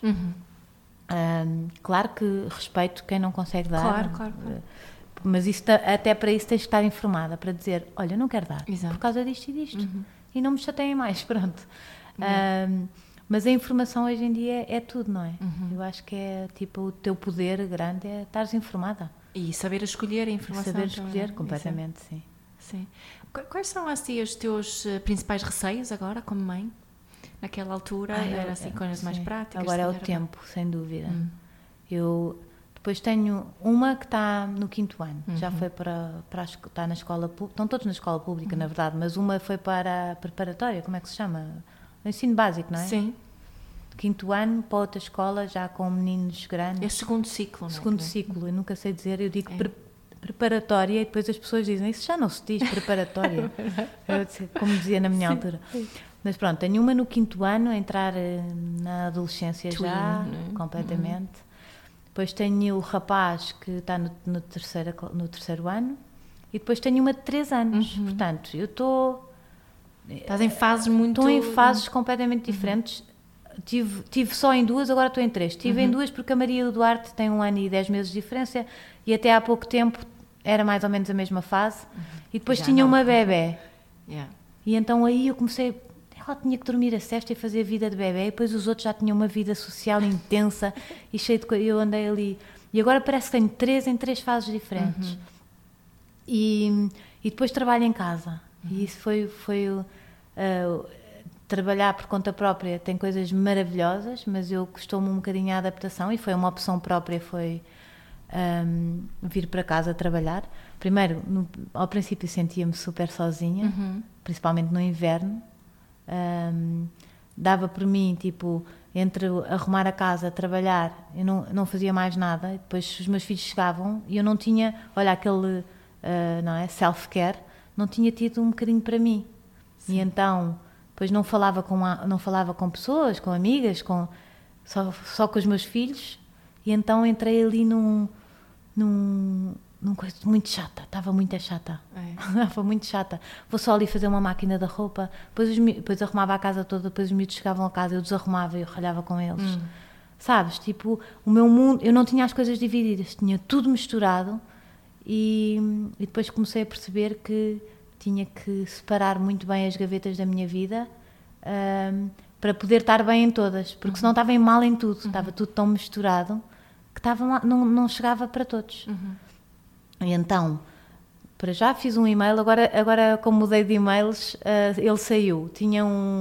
Claro que respeito quem não consegue dar. Claro. Mas isso, até para isso tens que estar informada, para dizer, olha, eu não quero dar, por causa disto e disto. E não me chateiem mais, pronto. Mas a informação hoje em dia é tudo, não é? Eu acho que é tipo o teu poder grande é estares informada. E saber escolher a informação. Saber escolher, completamente, sim. Quais são assim os teus principais receios agora, como mãe? Naquela altura era assim coisas mais práticas? Agora é o tempo, sem dúvida. Eu depois tenho uma que está no 5º ano, já foi está na escola pública, estão todos na escola pública, na verdade, mas uma foi para a preparatória, como é que se chama? O ensino básico, não é? Sim. 5º ano para outra escola, já com meninos grandes. É segundo ciclo, não é? Segundo ciclo, eu nunca sei dizer, eu digo preparatória e depois as pessoas dizem, isso já não se diz preparatória, como dizia na minha altura. Mas pronto, tenho uma no 5º ano, a entrar na adolescência já, completamente. Depois tenho o rapaz que está no terceiro ano e depois tenho uma de 3 anos. Portanto, eu estou... Estás em fases muito... Estou em fases completamente diferentes. Tive só em 2, agora estou em 3. Estive em 2 porque a Maria do Duarte tem 1 ano e 10 meses de diferença e até há pouco tempo era mais ou menos a mesma fase. E depois tinha uma bebé. E então aí eu comecei... Ela tinha que dormir a sesta e fazer a vida de bebé, e depois os outros já tinham uma vida social intensa e cheio de coisas. Eu andei ali. E agora parece que tenho 3 em 3 fases diferentes. E depois trabalho em casa. E isso foi trabalhar por conta própria tem coisas maravilhosas, mas eu custou-me um bocadinho a adaptação e foi uma opção própria, foi vir para casa trabalhar. Primeiro, ao princípio sentia-me super sozinha, principalmente no inverno. Dava por mim, tipo, entre arrumar a casa, trabalhar, eu não fazia mais nada, e depois os meus filhos chegavam e eu não tinha, olha, aquele não é, self-care, não tinha tido um bocadinho para mim. Sim. E então, depois não falava com pessoas, com amigas, só com os meus filhos, e então entrei ali num coisa muito chata, estava muito chata. Estava muito chata. Vou só ali fazer uma máquina da roupa, depois arrumava a casa toda, depois os miúdos chegavam a casa, eu desarrumava e eu ralhava com eles. Sabes, tipo, o meu mundo, eu não tinha as coisas divididas, tinha tudo misturado e depois comecei a perceber que tinha que separar muito bem as gavetas da minha vida para poder estar bem em todas, porque senão estava mal em tudo, estava tudo tão misturado que não chegava para todos. E então, para já fiz um e-mail, agora como mudei de e-mails, ele saiu. Tinha um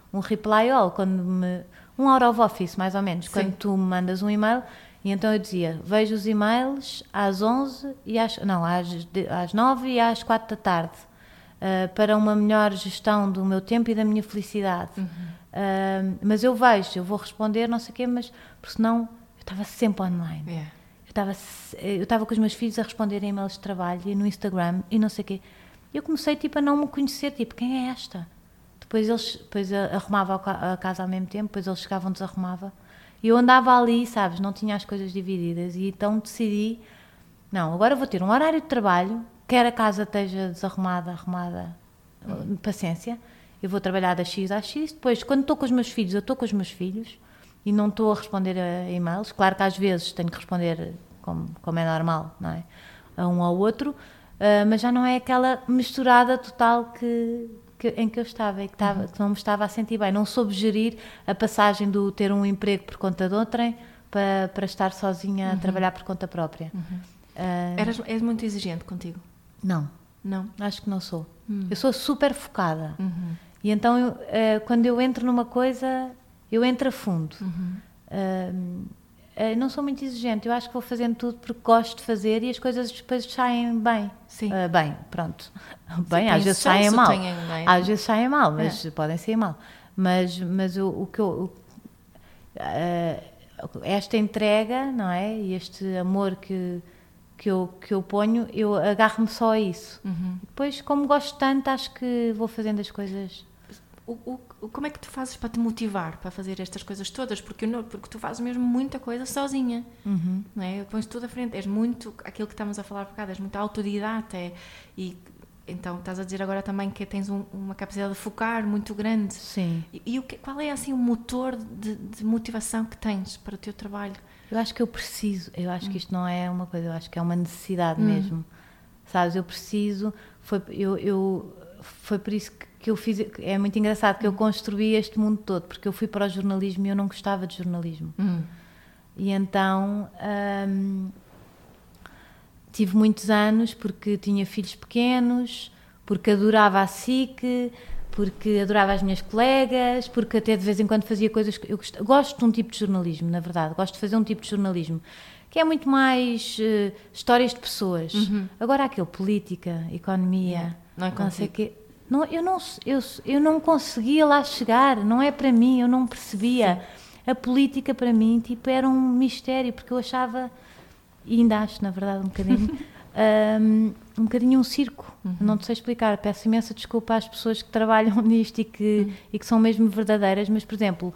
um reply all, um out of office, mais ou menos, quando tu me mandas um e-mail. E então eu dizia, vejo os e-mails às 11 e às 9 e às 4 da tarde, para uma melhor gestão do meu tempo e da minha felicidade. Mas eu vou responder, não sei o quê, mas porque senão eu estava sempre online. Yeah. Eu estava com os meus filhos a responder a e-mails de trabalho e no Instagram e não sei o quê. Eu comecei tipo, a não me conhecer, tipo, quem é esta? Depois eu arrumava a casa ao mesmo tempo, depois eles chegavam, desarrumava. E eu andava ali, sabes, não tinha as coisas divididas. E então decidi, não, agora vou ter um horário de trabalho, quer a casa esteja desarrumada, arrumada, paciência. Eu vou trabalhar das X às X. Depois, quando estou com os meus filhos, eu estou com os meus filhos e não estou a responder a e-mails. Claro que às vezes tenho que responder, como é normal, não é? A um ao outro, mas já não é aquela misturada total em que eu estava e que não me estava a sentir bem. Não soube gerir a passagem do ter um emprego por conta de outrem para estar sozinha a trabalhar por conta própria. És muito exigente contigo? Não. Não? Acho que não sou. Eu sou super focada. E então, quando eu entro numa coisa, eu entro a fundo. Não sou muito exigente. Eu acho que vou fazendo tudo porque gosto de fazer e as coisas depois saem bem. Sim. Bem, pronto. Bem, Sim, às vezes saem mal. Bem. Às vezes saem mal, mas podem sair mal. Mas esta entrega, não é? E este amor que eu ponho, eu agarro-me só a isso. Depois, como gosto tanto, acho que vou fazendo as coisas. Como é que tu fazes para te motivar para fazer estas coisas todas? Porque tu fazes mesmo muita coisa sozinha, não é? Pões tudo à frente, és muito, aquilo que estamos a falar por cá, és muito autodidata, e então estás a dizer agora também que tens uma capacidade de focar muito grande. Sim. Qual é assim o motor de motivação que tens para o teu trabalho? Eu acho que eu acho que isto não é uma coisa, eu acho que é uma necessidade mesmo, sabes, eu preciso, foi por isso que eu fiz, é muito engraçado que eu construí este mundo todo, porque eu fui para o jornalismo e eu não gostava de jornalismo. E então tive muitos anos, porque tinha filhos pequenos, porque adorava a SIC, porque adorava as minhas colegas, porque até de vez em quando fazia coisas que eu gosto de um tipo de jornalismo, na verdade, gosto de fazer um tipo de jornalismo que é muito mais histórias de pessoas. Agora aquele política, economia, não sei o quê. Não, eu não conseguia lá chegar, não é para mim, eu não percebia. Sim. A política para mim tipo, era um mistério, porque eu achava, e ainda acho na verdade um bocadinho um circo, não te sei explicar, peço imensa desculpa às pessoas que trabalham nisto e que são mesmo verdadeiras, mas por exemplo,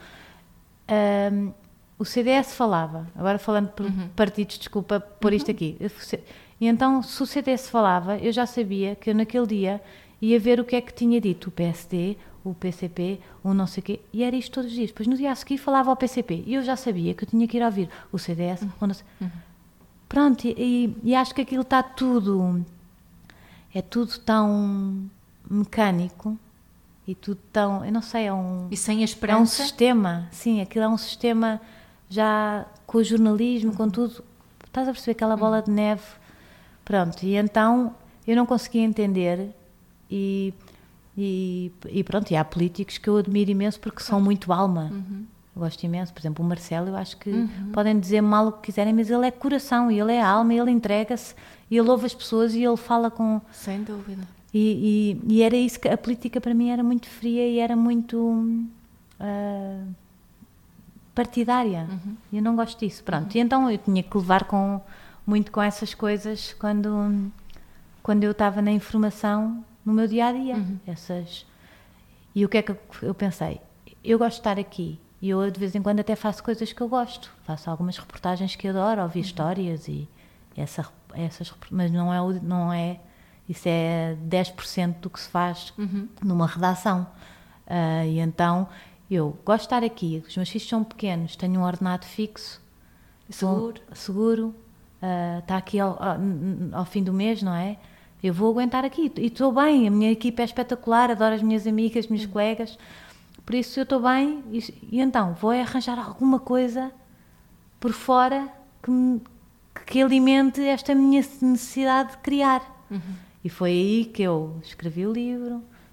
o CDS falava, agora falando por partidos, desculpa por isto aqui, e então se o CDS falava, eu já sabia que eu naquele dia ia ver o que é que tinha dito o PSD, o PCP, o não sei o quê, e era isto todos os dias. Depois no dia a seguir falava ao PCP, e eu já sabia que eu tinha que ir ouvir o CDS, ou não sei. Pronto, e acho que aquilo está tudo, é tudo tão mecânico, e tudo tão, eu não sei, e sem a esperança? É um sistema, sim, aquilo é um sistema já com o jornalismo, com tudo, estás a perceber aquela bola de neve, pronto, e então eu não conseguia entender. E pronto, e há políticos que eu admiro imenso porque são muito alma. Eu gosto imenso, por exemplo, o Marcelo, eu acho que podem dizer mal o que quiserem, mas ele é coração, e ele é alma, ele entrega-se, e ele ouve as pessoas e ele fala com... Sem dúvida. E era isso que a política para mim era muito fria e era muito partidária. E eu não gosto disso, pronto. E então eu tinha que levar muito com essas coisas quando eu estava na informação no meu dia-a-dia. E o que é que eu pensei? Eu gosto de estar aqui e eu de vez em quando até faço coisas que eu gosto. Faço algumas reportagens que eu adoro, ouvir histórias e essas, mas não é isso é 10% do que se faz numa redação. E então eu gosto de estar aqui, os meus filhos são pequenos, tenho um ordenado fixo, seguro, está aqui ao fim do mês, não é? Eu vou aguentar aqui e estou bem, a minha equipa é espetacular, adoro as minhas amigas, as minhas colegas, por isso eu estou bem e então vou arranjar alguma coisa por fora que alimente esta minha necessidade de criar. E foi aí que eu escrevi o livro,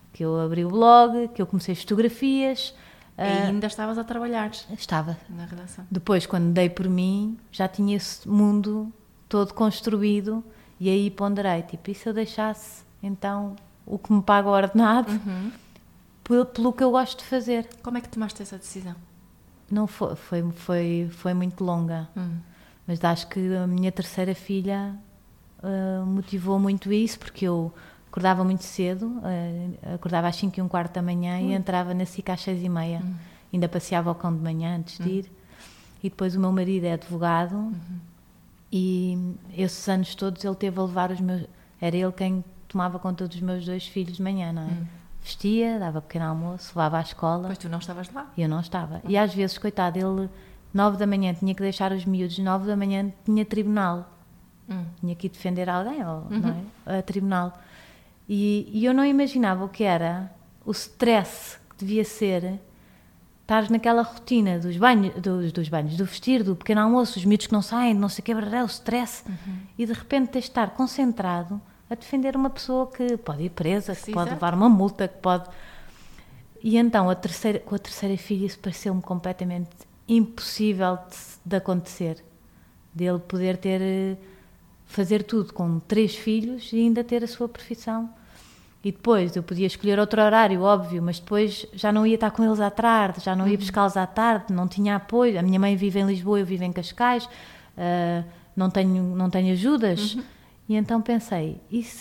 que eu abri o blog, que eu comecei fotografias. E ainda estavas a trabalhar Estava. na redação. Depois, quando dei por mim, já tinha esse mundo todo construído e aí ponderei, tipo, e se eu deixasse, então, o que me paga o ordenado pelo que eu gosto de fazer? Como é que tomaste essa decisão? Não foi muito longa, mas acho que a minha terceira filha motivou muito isso, porque eu acordava muito cedo, acordava às 5:15 da manhã e entrava na SIC às 6:30. Ainda passeava o cão de manhã antes de ir. E depois o meu marido é advogado e esses anos todos ele teve a levar os meus... Era ele quem tomava conta dos meus 2 filhos de manhã, não é? Vestia, dava pequeno almoço, levava à escola. Pois tu não estavas lá. E eu não estava. E às vezes, coitado, ele 9 da manhã tinha que deixar os miúdos, 9 da manhã tinha tribunal. Tinha que ir defender alguém, não é? A tribunal. E eu não imaginava o que era o stress que devia ser estar naquela rotina dos banhos, do vestir, do pequeno almoço, os miúdos que não saem, não sei o que, o stress, e de repente ter de estar concentrado a defender uma pessoa que pode ir presa, que pode levar uma multa, que pode... E então, com a terceira filha, isso pareceu-me completamente impossível de acontecer. Dele poder fazer tudo com 3 filhos e ainda ter a sua profissão. E depois eu podia escolher outro horário, óbvio, mas depois já não ia estar com eles à tarde, já não ia buscá-los à tarde, não tinha apoio. A minha mãe vive em Lisboa, eu vivo em Cascais, não tenho ajudas. E então pensei,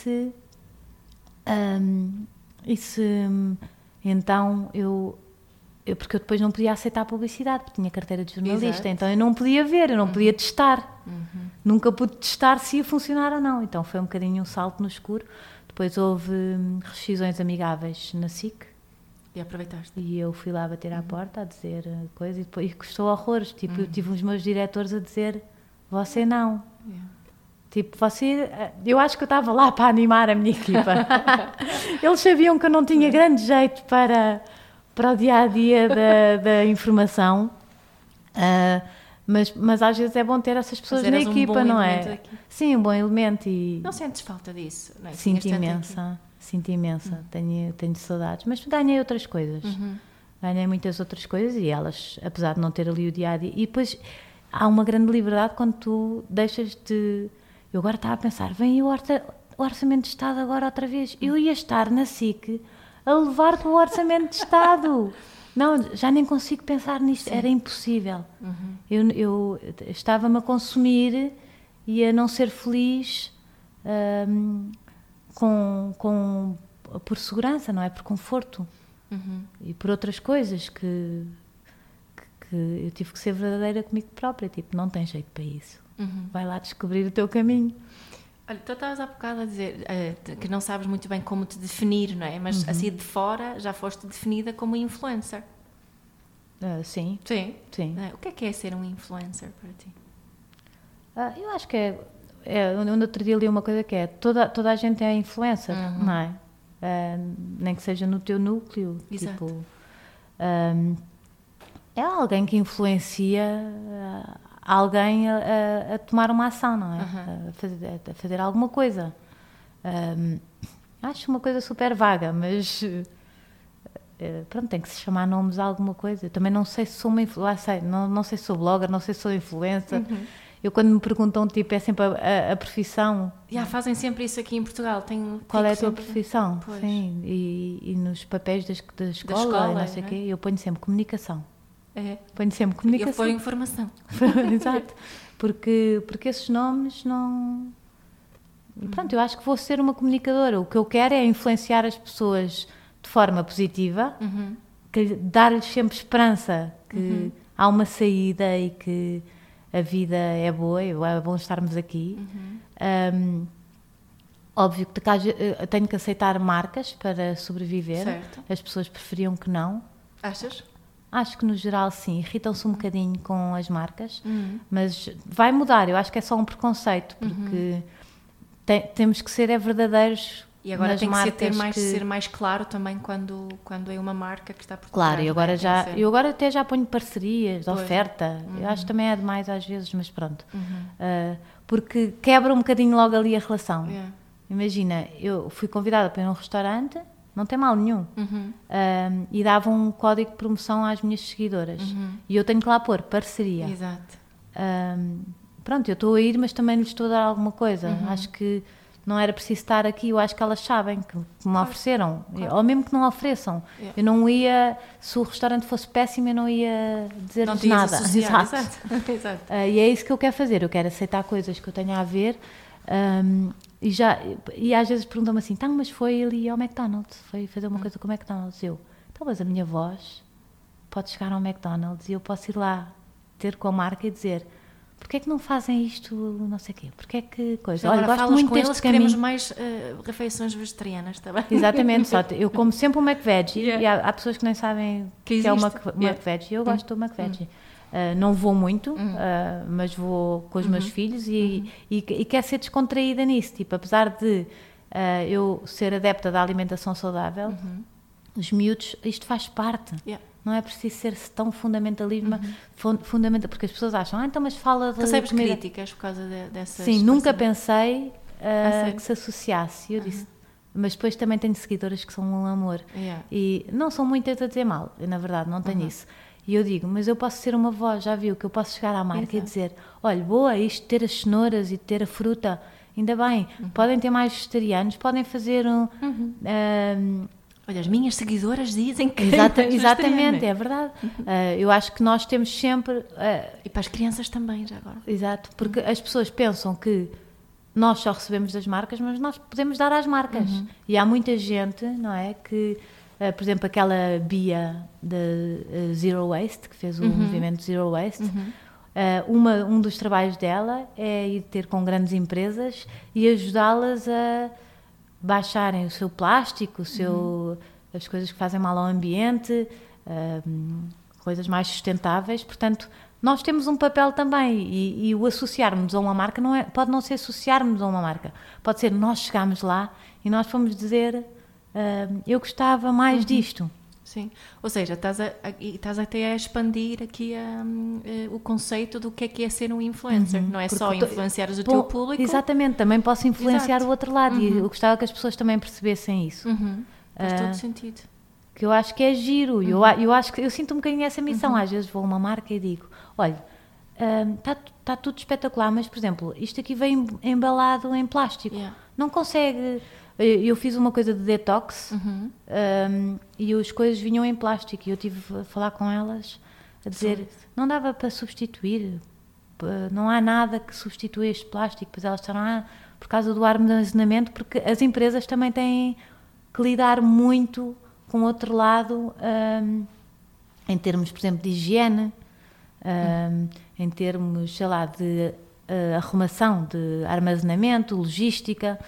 então porque eu depois não podia aceitar a publicidade, porque tinha carteira de jornalista. Exato. Então eu não podia ver, eu não podia testar. Nunca pude testar se ia funcionar ou não. Então foi um bocadinho um salto no escuro. Depois houve rescisões amigáveis na SIC. E aproveitaste. E eu fui lá bater à porta a dizer coisas. E depois custou horrores. Tipo, eu tive os meus diretores a dizer, você não. Tipo, você... Eu acho que eu estava lá para animar a minha equipa. Eles sabiam que eu não tinha grande jeito para o dia-a-dia da informação. Mas às vezes é bom ter essas pessoas na equipa, não é? Aqui. Sim, um bom elemento. E não sentes falta disso? Não é? Sinto imensa. Tenho saudades. Mas ganhei outras coisas. Ganhei muitas outras coisas e elas, apesar de não ter ali o dia-a-dia... E depois há uma grande liberdade quando tu deixas de... Eu agora estava a pensar, vem o Orçamento de Estado agora outra vez. Eu ia estar na SIC a levar com o Orçamento de Estado. Não, já nem consigo pensar nisto. Sim. Era impossível. Eu estava-me a consumir e a não ser feliz por segurança, não é? Por conforto. E por outras coisas que eu tive que ser verdadeira comigo própria. Tipo, não tem jeito para isso. Vai lá descobrir o teu caminho. Olha, tu estavas há bocado a dizer que não sabes muito bem como te definir, não é? Mas assim de fora já foste definida como influencer. Sim. Sim. O que é ser um influencer para ti? Eu acho que no outro dia li uma coisa que é toda a gente é influencer, não é? Nem que seja no teu núcleo. Exato. Tipo, é alguém que influencia alguém a tomar uma ação, não é? A fazer alguma coisa. Acho uma coisa super vaga, mas pronto, tem que se chamar nomes a alguma coisa. Eu também não sei se sou uma influencer, não sei se sou blogger, não sei se sou influencer. Eu quando me perguntam, tipo, é sempre a profissão. Fazem sempre isso aqui em Portugal. Qual é a tua profissão? Pois. Sim, e nos papéis da escola, não sei o quê, eu ponho sempre comunicação. Ponho sempre comunicação. Eu ponho informação. Exato. Porque esses nomes não... Pronto, eu acho que vou ser uma comunicadora. O que eu quero é influenciar as pessoas de forma positiva, dar-lhes sempre esperança que há uma saída e que a vida é boa, é bom estarmos aqui. Óbvio que tenho que aceitar marcas para sobreviver. Certo. As pessoas preferiam que não. Achas? Acho que no geral sim, irritam-se um bocadinho com as marcas, mas vai mudar. Eu acho que é só um preconceito, porque temos que ser verdadeiros. E agora tem que ser mais claro também quando é uma marca que está por trás. Claro, e agora até já ponho parcerias, de oferta. Eu acho que também é demais às vezes, mas pronto. Porque quebra um bocadinho logo ali a relação. Imagina, eu fui convidada para ir a um restaurante não tem mal nenhum. E dava um código de promoção às minhas seguidoras. E eu tenho que lá pôr parceria. Exato. Pronto, eu estou a ir, mas também lhes estou a dar alguma coisa. Acho que não era preciso estar aqui, eu acho que elas sabem que me ofereceram. Ou mesmo que não ofereçam. Eu não ia, se o restaurante fosse péssimo, eu não ia dizer-lhes nada. Exato. E é isso que eu quero fazer, eu quero aceitar coisas que eu tenho a ver. E às vezes perguntam-me assim, então, mas foi ali ao McDonald's, foi fazer uma coisa com o McDonald's. Eu, então, mas a minha voz pode chegar ao McDonald's e eu posso ir lá ter com a marca e dizer, porquê é que não fazem isto, não sei o quê, porquê é que coisa. Olha, gosto muito com deste eles, caminho. queremos mais refeições vegetarianas também. Exatamente, só eu como sempre um McVeggie e há pessoas que nem sabem que é o existe. McVeggie. Eu gosto do McVeggie. Não vou muito, mas vou com os meus filhos e quero ser descontraída nisso. Tipo, apesar de eu ser adepta da alimentação saudável, os miúdos, isto faz parte. Não é preciso ser tão fundamentalismo, porque as pessoas acham, então, mas fala de recebes comida. críticas por causa dessas... Sim, nunca pensei que se associasse. Eu disse, mas depois também tenho seguidoras que são um amor. E não são muitas a dizer mal, eu, na verdade, não tenho isso. E eu digo, mas eu posso ser uma voz, já viu, que eu posso chegar à marca e dizer, olha, boa, isto de ter as cenouras e de ter a fruta, ainda bem, podem ter mais vegetarianos, podem fazer olha, as minhas seguidoras dizem que... Exatamente, é verdade. Eu acho que nós temos sempre... E para as crianças também, já agora. Exato, porque as pessoas pensam que nós só recebemos das marcas, mas nós podemos dar às marcas. E há muita gente, não é, que... por exemplo, aquela Bia de Zero Waste, que fez o movimento Zero Waste, um dos trabalhos dela é ir ter com grandes empresas e ajudá-las a baixarem o seu plástico, as coisas que fazem mal ao ambiente, coisas mais sustentáveis. Portanto, nós temos um papel também e o associarmos a uma marca pode não ser associarmos a uma marca, pode ser nós chegámos lá e nós fomos dizer eu gostava mais disto. Sim, ou seja, estás até a expandir aqui o conceito do que é ser um influencer, não é só influenciares o teu público. Exatamente, também posso influenciar o outro lado e eu gostava que as pessoas também percebessem isso. Faz todo sentido. Que eu acho que é giro, eu acho que eu sinto um bocadinho essa missão, às vezes vou a uma marca e digo, olha, está tudo espetacular, mas por exemplo, isto aqui vem embalado em plástico, não consegue... Eu fiz uma coisa de detox e as coisas vinham em plástico e eu tive a falar com elas a dizer, não dava para substituir, não há nada que substitua este plástico. Pois elas disseram, por causa do armazenamento, porque as empresas também têm que lidar muito com o outro lado em termos, por exemplo, de higiene, em termos, sei lá, de arrumação, de armazenamento, logística.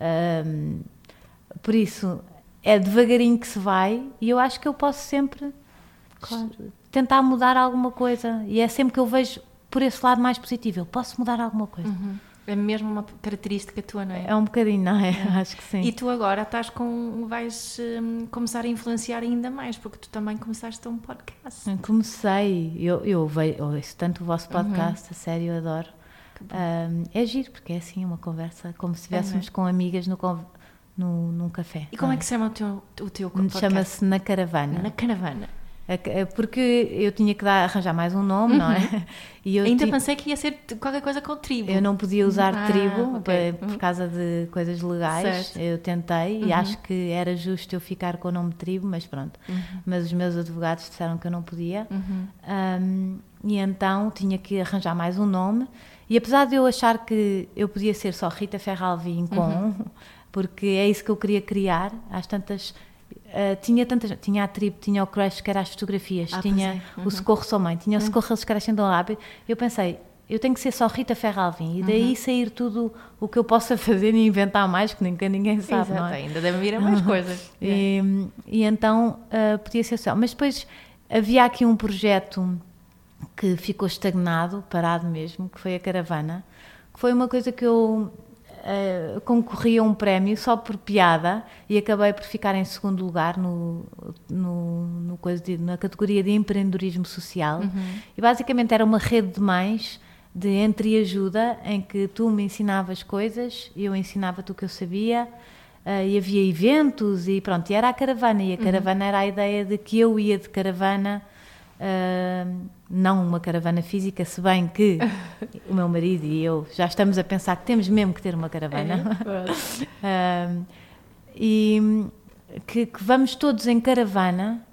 Por isso é devagarinho que se vai e eu acho que eu posso sempre tentar mudar alguma coisa e é sempre que eu vejo por esse lado mais positivo, eu posso mudar alguma coisa. É mesmo uma característica tua, não é? É um bocadinho, não é? Acho que sim. E tu agora vais começar a influenciar ainda mais, porque tu também começaste um podcast. Comecei, eu ouço tanto o vosso podcast, a sério, eu adoro. É giro, porque é assim uma conversa como se estivéssemos com amigas num café. E como é que se chama o teu podcast? Chama-se Na Caravana. Na Caravana. Porque eu tinha que arranjar mais um nome, não é? E eu ainda pensei que ia ser qualquer coisa com tribo. Eu não podia usar tribo por causa de coisas legais. Certo. Eu tentei e acho que era justo eu ficar com o nome tribo, mas pronto. Mas os meus advogados disseram que eu não podia. E então tinha que arranjar mais um nome. E apesar de eu achar que eu podia ser só Rita Ferralvim porque é isso que eu queria criar, às tantas... tinha a tribo, tinha o Crush, que era as fotografias, tinha o Socorro Sou Mãe, tinha o Socorro Eles Crescem Tão Rápido. Eu pensei, eu tenho que ser só Rita Ferralvim e daí sair tudo o que eu possa fazer e inventar mais, que ninguém sabe. Exato, não é? Ainda deve vir a mais coisas. E então podia ser só. Mas depois havia aqui um projeto que ficou estagnado, parado mesmo, que foi a Caravana, que foi uma coisa que eu concorri a um prémio só por piada e acabei por ficar em segundo lugar na categoria de empreendedorismo social. E basicamente era uma rede de mães de entreajuda em que tu me ensinavas coisas, eu ensinava-te o que eu sabia e havia eventos e pronto, e era a caravana, e a caravana era a ideia de que eu ia de caravana, não uma caravana física, se bem que o meu marido e eu já estamos a pensar que temos mesmo que ter uma caravana. E que vamos todos em caravana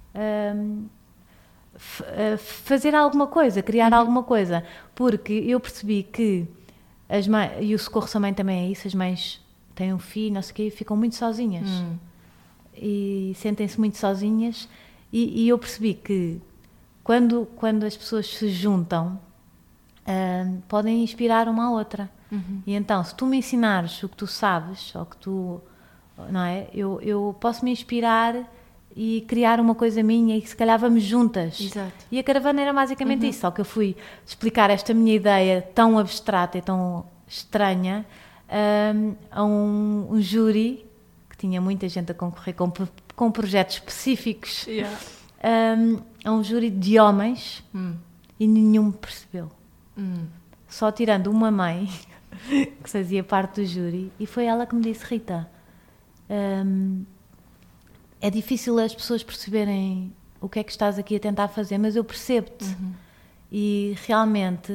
fazer alguma coisa, criar alguma coisa, porque eu percebi que as mães, e o Socorro também é isso, as mães têm um filho, não sei o quê, e ficam muito sozinhas e sentem-se muito sozinhas, e eu percebi que quando as pessoas se juntam, podem inspirar uma à outra. E então, se tu me ensinares o que tu sabes, ou que tu, não é, eu posso me inspirar e criar uma coisa minha, e se calhar vamos juntas. Exato. E a caravana era basicamente isso, só que eu fui explicar esta minha ideia tão abstrata e tão estranha a um júri que tinha muita gente a concorrer com projetos específicos, a um júri de homens, e nenhum me percebeu. Só tirando uma mãe que fazia parte do júri, e foi ela que me disse: Rita, é difícil as pessoas perceberem o que é que estás aqui a tentar fazer, mas eu percebo-te. E realmente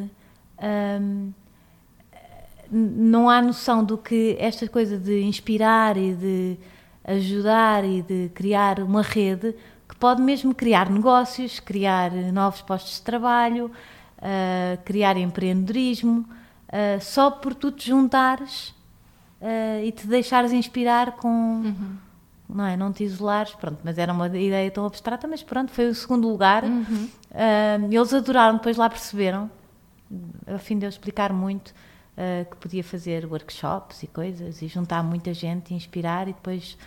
não há noção do que esta coisa de inspirar e de ajudar e de criar uma rede que pode mesmo criar negócios, criar novos postos de trabalho, criar empreendedorismo, só por tu te juntares e te deixares inspirar com... Não é? Não te isolares, pronto, mas era uma ideia tão abstrata, mas pronto, foi o segundo lugar. Eles adoraram, depois lá perceberam, a fim de eu explicar muito, que podia fazer workshops e coisas, e juntar muita gente, e inspirar, e depois...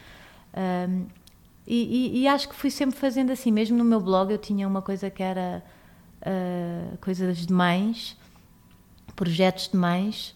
E acho que fui sempre fazendo assim, mesmo no meu blog eu tinha uma coisa que era coisas de mães, projetos de mães,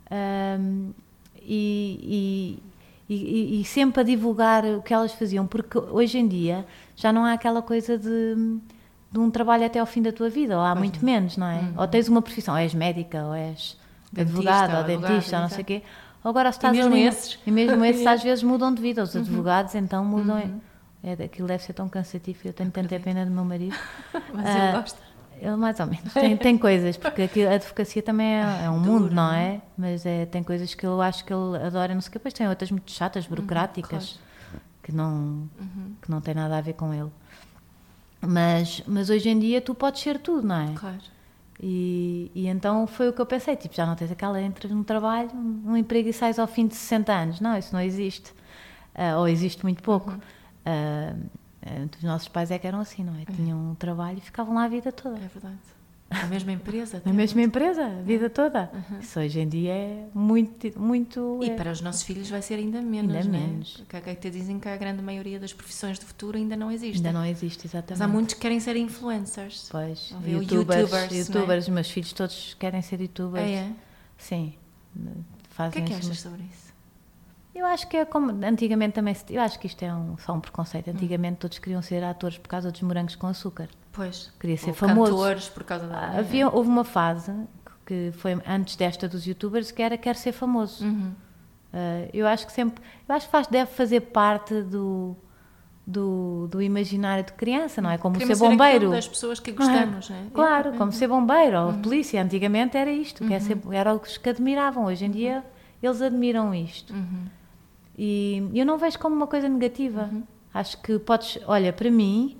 e sempre a divulgar o que elas faziam, porque hoje em dia já não há aquela coisa de um trabalho até ao fim da tua vida, ou há muito menos, não é? Ou tens uma profissão, ou és médica, ou és advogada, ou dentista, ou não sei o quê. Agora, se estás e mesmo esses às vezes mudam de vida, os advogados então mudam. Aquilo deve ser tão cansativo, eu tenho tanta pena do meu marido. Mas eu gosto. Ele mais ou menos, tem coisas, porque a advocacia também é um mundo, não é? Mas tem coisas que eu acho que ele adora, não sei o que, depois tem outras muito chatas, burocráticas, que não tem nada a ver com ele. Mas hoje em dia tu podes ser tudo, não é? Claro. E então foi o que eu pensei, tipo, já não tens aquela, entras num trabalho, num emprego e sais ao fim de 60 anos. Não, isso não existe. Ou existe muito pouco. Os nossos pais é que eram assim, não é? Tinham um trabalho e ficavam lá a vida toda. É verdade. Na mesma empresa. Na mesma empresa, a vida toda. Isso hoje em dia é muito... E para os nossos filhos vai ser ainda menos, ainda não é? menos. Porque até dizem que a grande maioria das profissões de futuro ainda não existe. Ainda não existe, exatamente. Mas há muitos que querem ser influencers. Pois, youtubers, não é? Os meus filhos todos querem ser youtubers. É? Sim. O que é que achas sobre isso? Eu acho que é como antigamente também, eu acho que isto é só um preconceito. Antigamente todos queriam ser atores por causa dos morangos com açúcar. Pois. Queria ser famoso. Cantores por causa da... Houve uma fase que foi antes desta dos youtubers que era quer ser famoso. Eu acho que deve fazer parte do imaginário de criança, não é? Como Queremos ser bombeiro. das pessoas que gostamos, não é? Claro, como ser bombeiro ou polícia. Antigamente era isto, era os que admiravam. Hoje em dia eles admiram isto. E eu não vejo como uma coisa negativa. Acho que olha, para mim,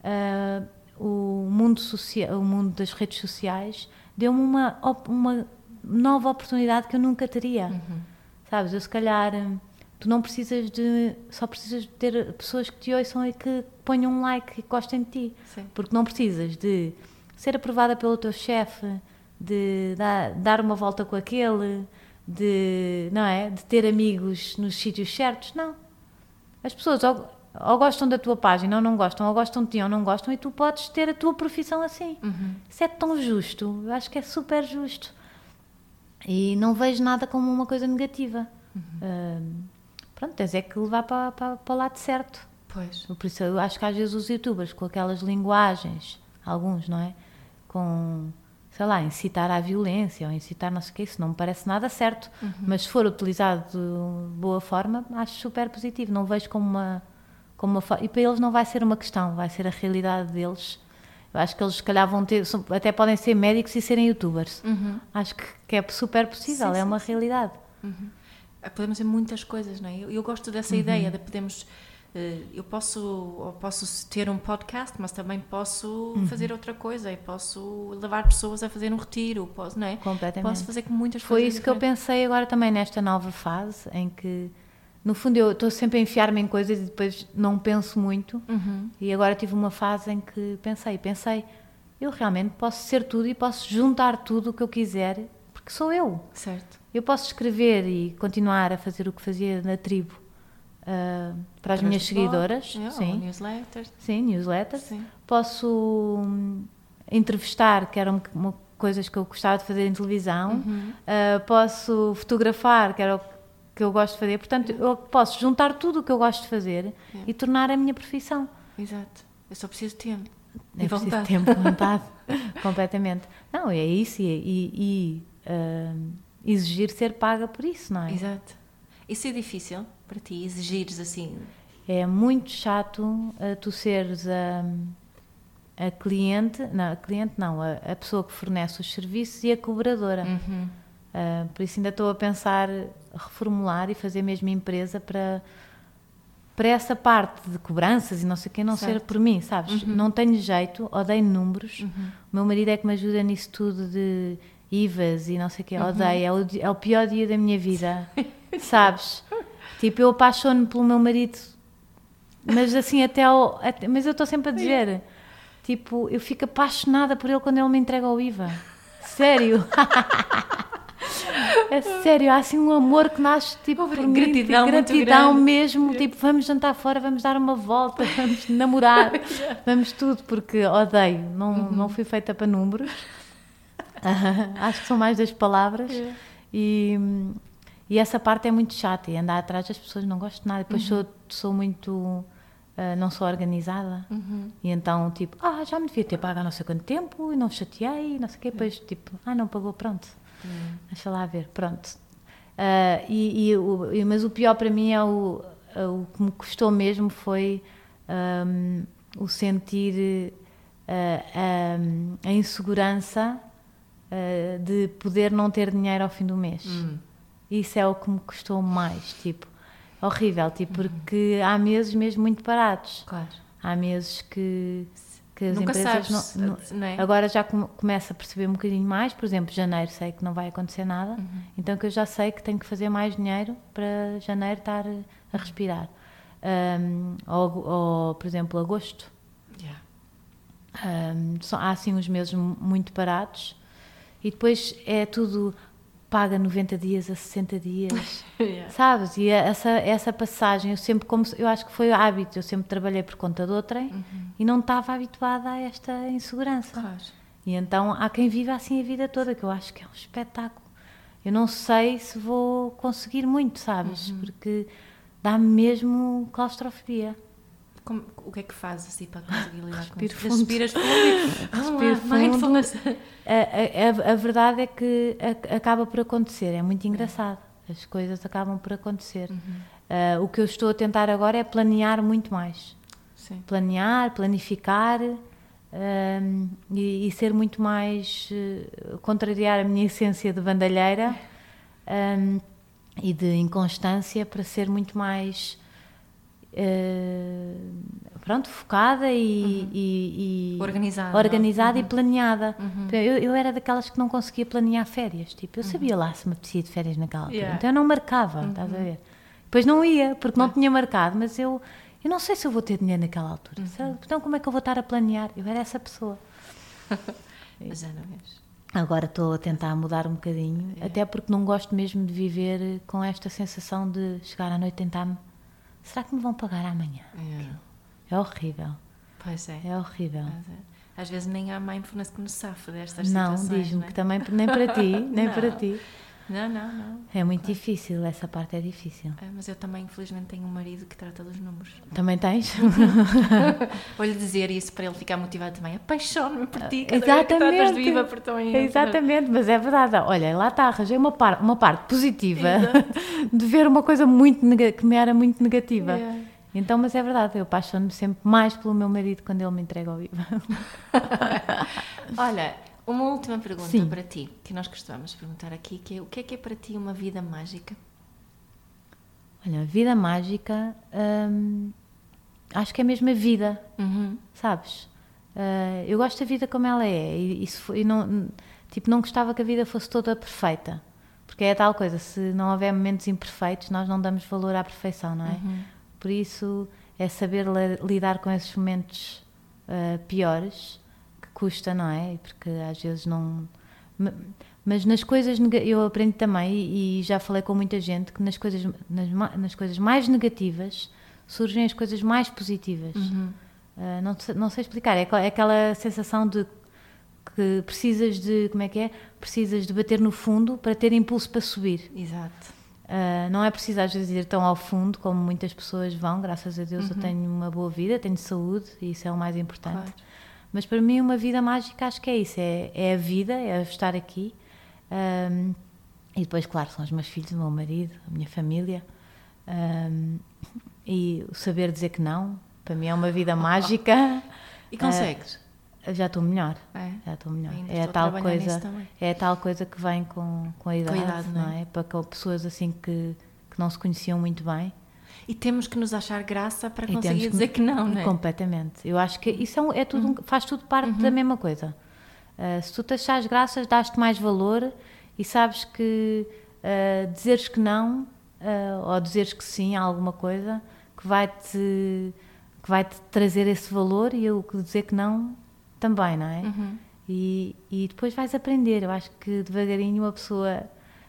o mundo das redes sociais deu-me uma nova oportunidade que eu nunca teria. Sabes, eu se calhar, tu não precisas só precisas de ter pessoas que te ouçam e que ponham um like e que gostem de ti. Sim. Porque não precisas de ser aprovada pelo teu chefe, de dar uma volta com aquele, não é? De ter amigos nos sítios certos. Não. As pessoas ou gostam da tua página ou não gostam, ou gostam de ti ou não gostam, e tu podes ter a tua profissão assim. Isso é tão justo. Eu acho que é super justo. E não vejo nada como uma coisa negativa. Pronto, tens é que levar para o lado certo. Pois. Por isso eu acho que às vezes os youtubers com aquelas linguagens, alguns, não é? Com sei lá, incitar à violência ou incitar não sei o que, isso não me parece nada certo. Mas se for utilizado de boa forma, acho super positivo. Não vejo como uma e para eles não vai ser uma questão, vai ser a realidade deles. Eu acho que eles se calhar vão ter, até podem ser médicos e serem youtubers. Acho que é super possível, Sim, é uma sim. realidade. Podemos fazer muitas coisas, não é? Eu gosto dessa ideia de podermos... eu posso ter um podcast, mas também posso fazer outra coisa e posso levar pessoas a fazer um retiro, não é? Completamente. Posso fazer com muitas Foi coisas isso que eu diferentes. pensei agora também nesta nova fase, em que, no fundo, eu estou sempre a enfiar-me em coisas e depois não penso muito. E agora tive uma fase em que pensei, eu realmente posso ser tudo e posso juntar tudo o que eu quiser, porque sou eu. Certo. Eu posso escrever e continuar a fazer o que fazia na tribo para as minhas seguidoras. Ou Sim. newsletters. Sim, newsletters. Sim. Posso entrevistar, que eram coisas que eu gostava de fazer em televisão. Posso fotografar, que era o que eu gosto de fazer. Portanto, eu posso juntar tudo o que eu gosto de fazer e tornar a minha profissão. Exato. Eu só preciso de tempo. É E preciso vontade. tempo, vontade. Completamente. Não, é isso. Exigir ser paga por isso, não é? Exato. Isso é difícil para ti, exigires assim? É muito chato tu seres a cliente, não, a pessoa que fornece os serviços e a cobradora. Por isso ainda estou a pensar reformular e fazer mesmo empresa para essa parte de cobranças e não sei o que, não ser por mim, sabes? Não tenho jeito, odeio números. O meu marido é que me ajuda nisso tudo de IVAs e não sei o que, odeio, é o pior dia da minha vida, sabes? Tipo, eu apaixono-me pelo meu marido, mas assim mas eu estou sempre a dizer, tipo, eu fico apaixonada por ele quando ele me entrega o IVA, sério. É sério, há assim um amor que nasce tipo por mim, gratidão, tipo, muito gratidão grande. mesmo, tipo, vamos jantar fora, vamos dar uma volta, vamos namorar, vamos tudo, porque odeio, não fui feita para números. Acho que são mais das palavras. E essa parte é muito chata, e andar atrás das pessoas não gosto de nada. Depois sou muito não sou organizada, e então tipo, já me devia ter pago há não sei quanto tempo e não chateei, não sei o quê. Depois tipo, não pagou, pronto, deixa lá ver, pronto. Mas o pior para mim é o que me custou mesmo foi o sentir a insegurança de poder não ter dinheiro ao fim do mês. Isso é o que me custou mais, tipo, horrível, tipo, porque há meses mesmo muito parados. Claro. Há meses que as Nunca empresas sabes, não é? agora já começo a perceber um bocadinho mais. Por exemplo, janeiro sei que não vai acontecer nada, então que eu já sei que tenho que fazer mais dinheiro para janeiro estar a respirar. Ou, por exemplo, agosto. Há assim uns meses muito parados e depois é tudo paga 90 dias a 60 dias, sabes? E essa passagem, eu acho que foi hábito, eu sempre trabalhei por conta de outrem e não estava habituada a esta insegurança. Claro. E então há quem viva assim a vida toda, que eu acho que é um espetáculo. Eu não sei se vou conseguir muito, sabes? Porque dá-me mesmo claustrofobia. O que é que fazes assim para conseguir lidar com Respiro isso? fundo. Respiras fundo e Respiro fundo. mindfulness. A verdade é que acaba por acontecer, é muito engraçado. As coisas acabam por acontecer. O que eu estou a tentar agora é planear muito mais. Sim. Planificar e ser muito mais... contrariar a minha essência de bandalheira e de inconstância para ser muito mais... focada e organizada e planeada. Eu era daquelas que não conseguia planear férias, tipo, eu sabia lá se me apetecia de férias naquela altura, então eu não marcava, estás a ver? Depois não ia, porque não tinha marcado, mas eu não sei se eu vou ter dinheiro naquela altura, então como é que eu vou estar a planear? Eu era essa pessoa. Mas já não és. Agora estou a tentar mudar um bocadinho, até porque não gosto mesmo de viver com esta sensação de chegar à noite e tentar-me, será que me vão pagar amanhã? É horrível. Pois é. É horrível. Às vezes nem há mindfulness que nos safa destas Não, situações. diz-me não é? que também nem para ti, nem para ti. Não. É muito difícil, essa parte é difícil. Mas eu também, infelizmente, tenho um marido que trata dos números. Também tens? Vou-lhe dizer isso para ele ficar motivado também. Apaixono-me por ti, cada vez que tratas de viva por também. Exatamente, mas é verdade. Olha, lá está, arranjei uma parte positiva de ver uma coisa que me era muito negativa. Yeah. Então, mas é verdade, eu apaixono-me sempre mais pelo meu marido quando ele me entrega ao viva. Olha, uma última pergunta Sim. para ti, que nós costumamos perguntar aqui, que é o que é para ti uma vida mágica? Olha, vida mágica, acho que é mesmo a vida, sabes? Eu gosto da vida como ela é e não gostava que a vida fosse toda perfeita, porque é tal coisa, se não houver momentos imperfeitos, nós não damos valor à perfeição, não é? Por isso é saber lidar com esses momentos piores, que custa, não é? Porque às vezes não... Mas nas coisas, eu aprendi também, e já falei com muita gente, que nas coisas mais negativas surgem as coisas mais positivas. Não sei explicar, é aquela sensação de que precisas de, precisas de bater no fundo para ter impulso para subir. Exato. Não é preciso às vezes ir tão ao fundo como muitas pessoas vão, graças a Deus eu tenho uma boa vida, tenho saúde e isso é o mais importante. Claro. Mas para mim uma vida mágica acho que é isso, é a vida, é estar aqui. E depois, claro, são os meus filhos, o meu marido, a minha família, e o saber dizer que não, para mim é uma vida mágica. E consegues? Já estou melhor, já estou melhor. É a tal coisa que vem com a idade, não é? Para pessoas assim que não se conheciam muito bem. E temos que nos achar graça para conseguir dizer que não, não é? Completamente. Eu acho que isso é tudo, faz tudo parte da mesma coisa. Se tu te achares graças, dás-te mais valor e sabes que dizeres que não ou dizeres que sim a alguma coisa que vai-te trazer esse valor, e eu dizer que não também, não é? E depois vais aprender. Eu acho que devagarinho uma pessoa...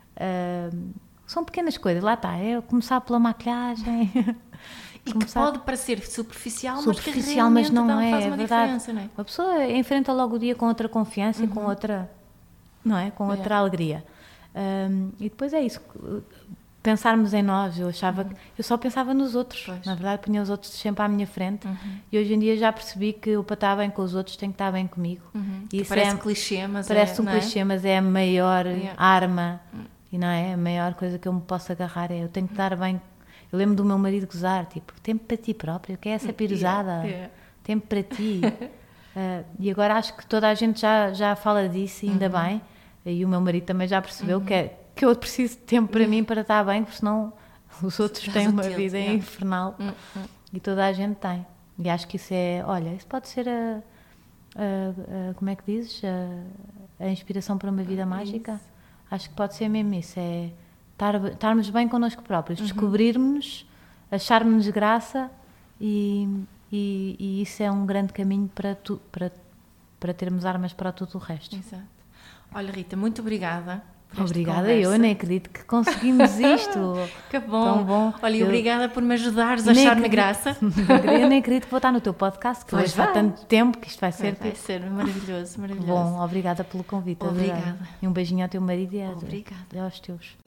são pequenas coisas, lá está, é começar pela maquilhagem. E que pode parecer superficial, mas que realmente não faz uma diferença, não é? A pessoa enfrenta logo o dia com outra confiança e com outra, não é? Com outra alegria. E depois é isso, pensarmos em nós. Eu achava que eu só pensava nos outros, na verdade punha os outros sempre à minha frente, e hoje em dia já percebi que eu, para estar bem com os outros, tenho que estar bem comigo. E isso parece clichê, mas clichê, mas é a maior arma, e não é? A maior coisa que eu me posso agarrar eu tenho que estar bem. Eu lembro do meu marido gozar, tipo, tempo para ti próprio, que é essa piruzada, tempo para ti. E agora acho que toda a gente já fala disso, e ainda bem, e o meu marido também já percebeu que eu preciso de tempo para mim para estar bem, porque senão os outros têm uma vida infernal, e toda a gente tem. E acho que isso isso pode ser como é que dizes? A inspiração para uma vida mágica. Isso. Acho que pode ser mesmo isso, estarmos bem connosco próprios, descobrirmos-nos, acharmos-nos graça, e isso é um grande caminho para termos armas para tudo o resto. Exato. Olha, Rita, muito obrigada. Obrigada, eu nem acredito que conseguimos isto. Que bom. Tão bom. Olha, obrigada por me ajudares a achar-me graça. Eu nem acredito que vou estar no teu podcast, que hoje há tanto tempo que isto vai ser. Vai ser maravilhoso, maravilhoso. Bom, obrigada pelo convite. Obrigada. E um beijinho ao teu marido e aos teus.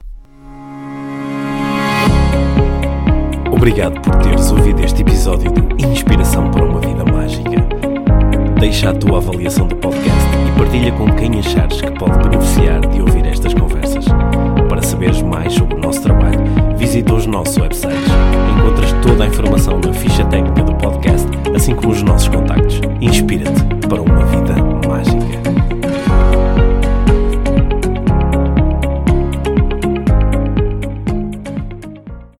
Obrigado por teres ouvido este episódio de Inspiração para uma Vida Mágica. Deixa a tua avaliação do podcast e partilha com quem achares que pode beneficiar de ouvir estas conversas. Para saberes mais sobre o nosso trabalho, visita os nossos websites. Encontras toda a informação na ficha técnica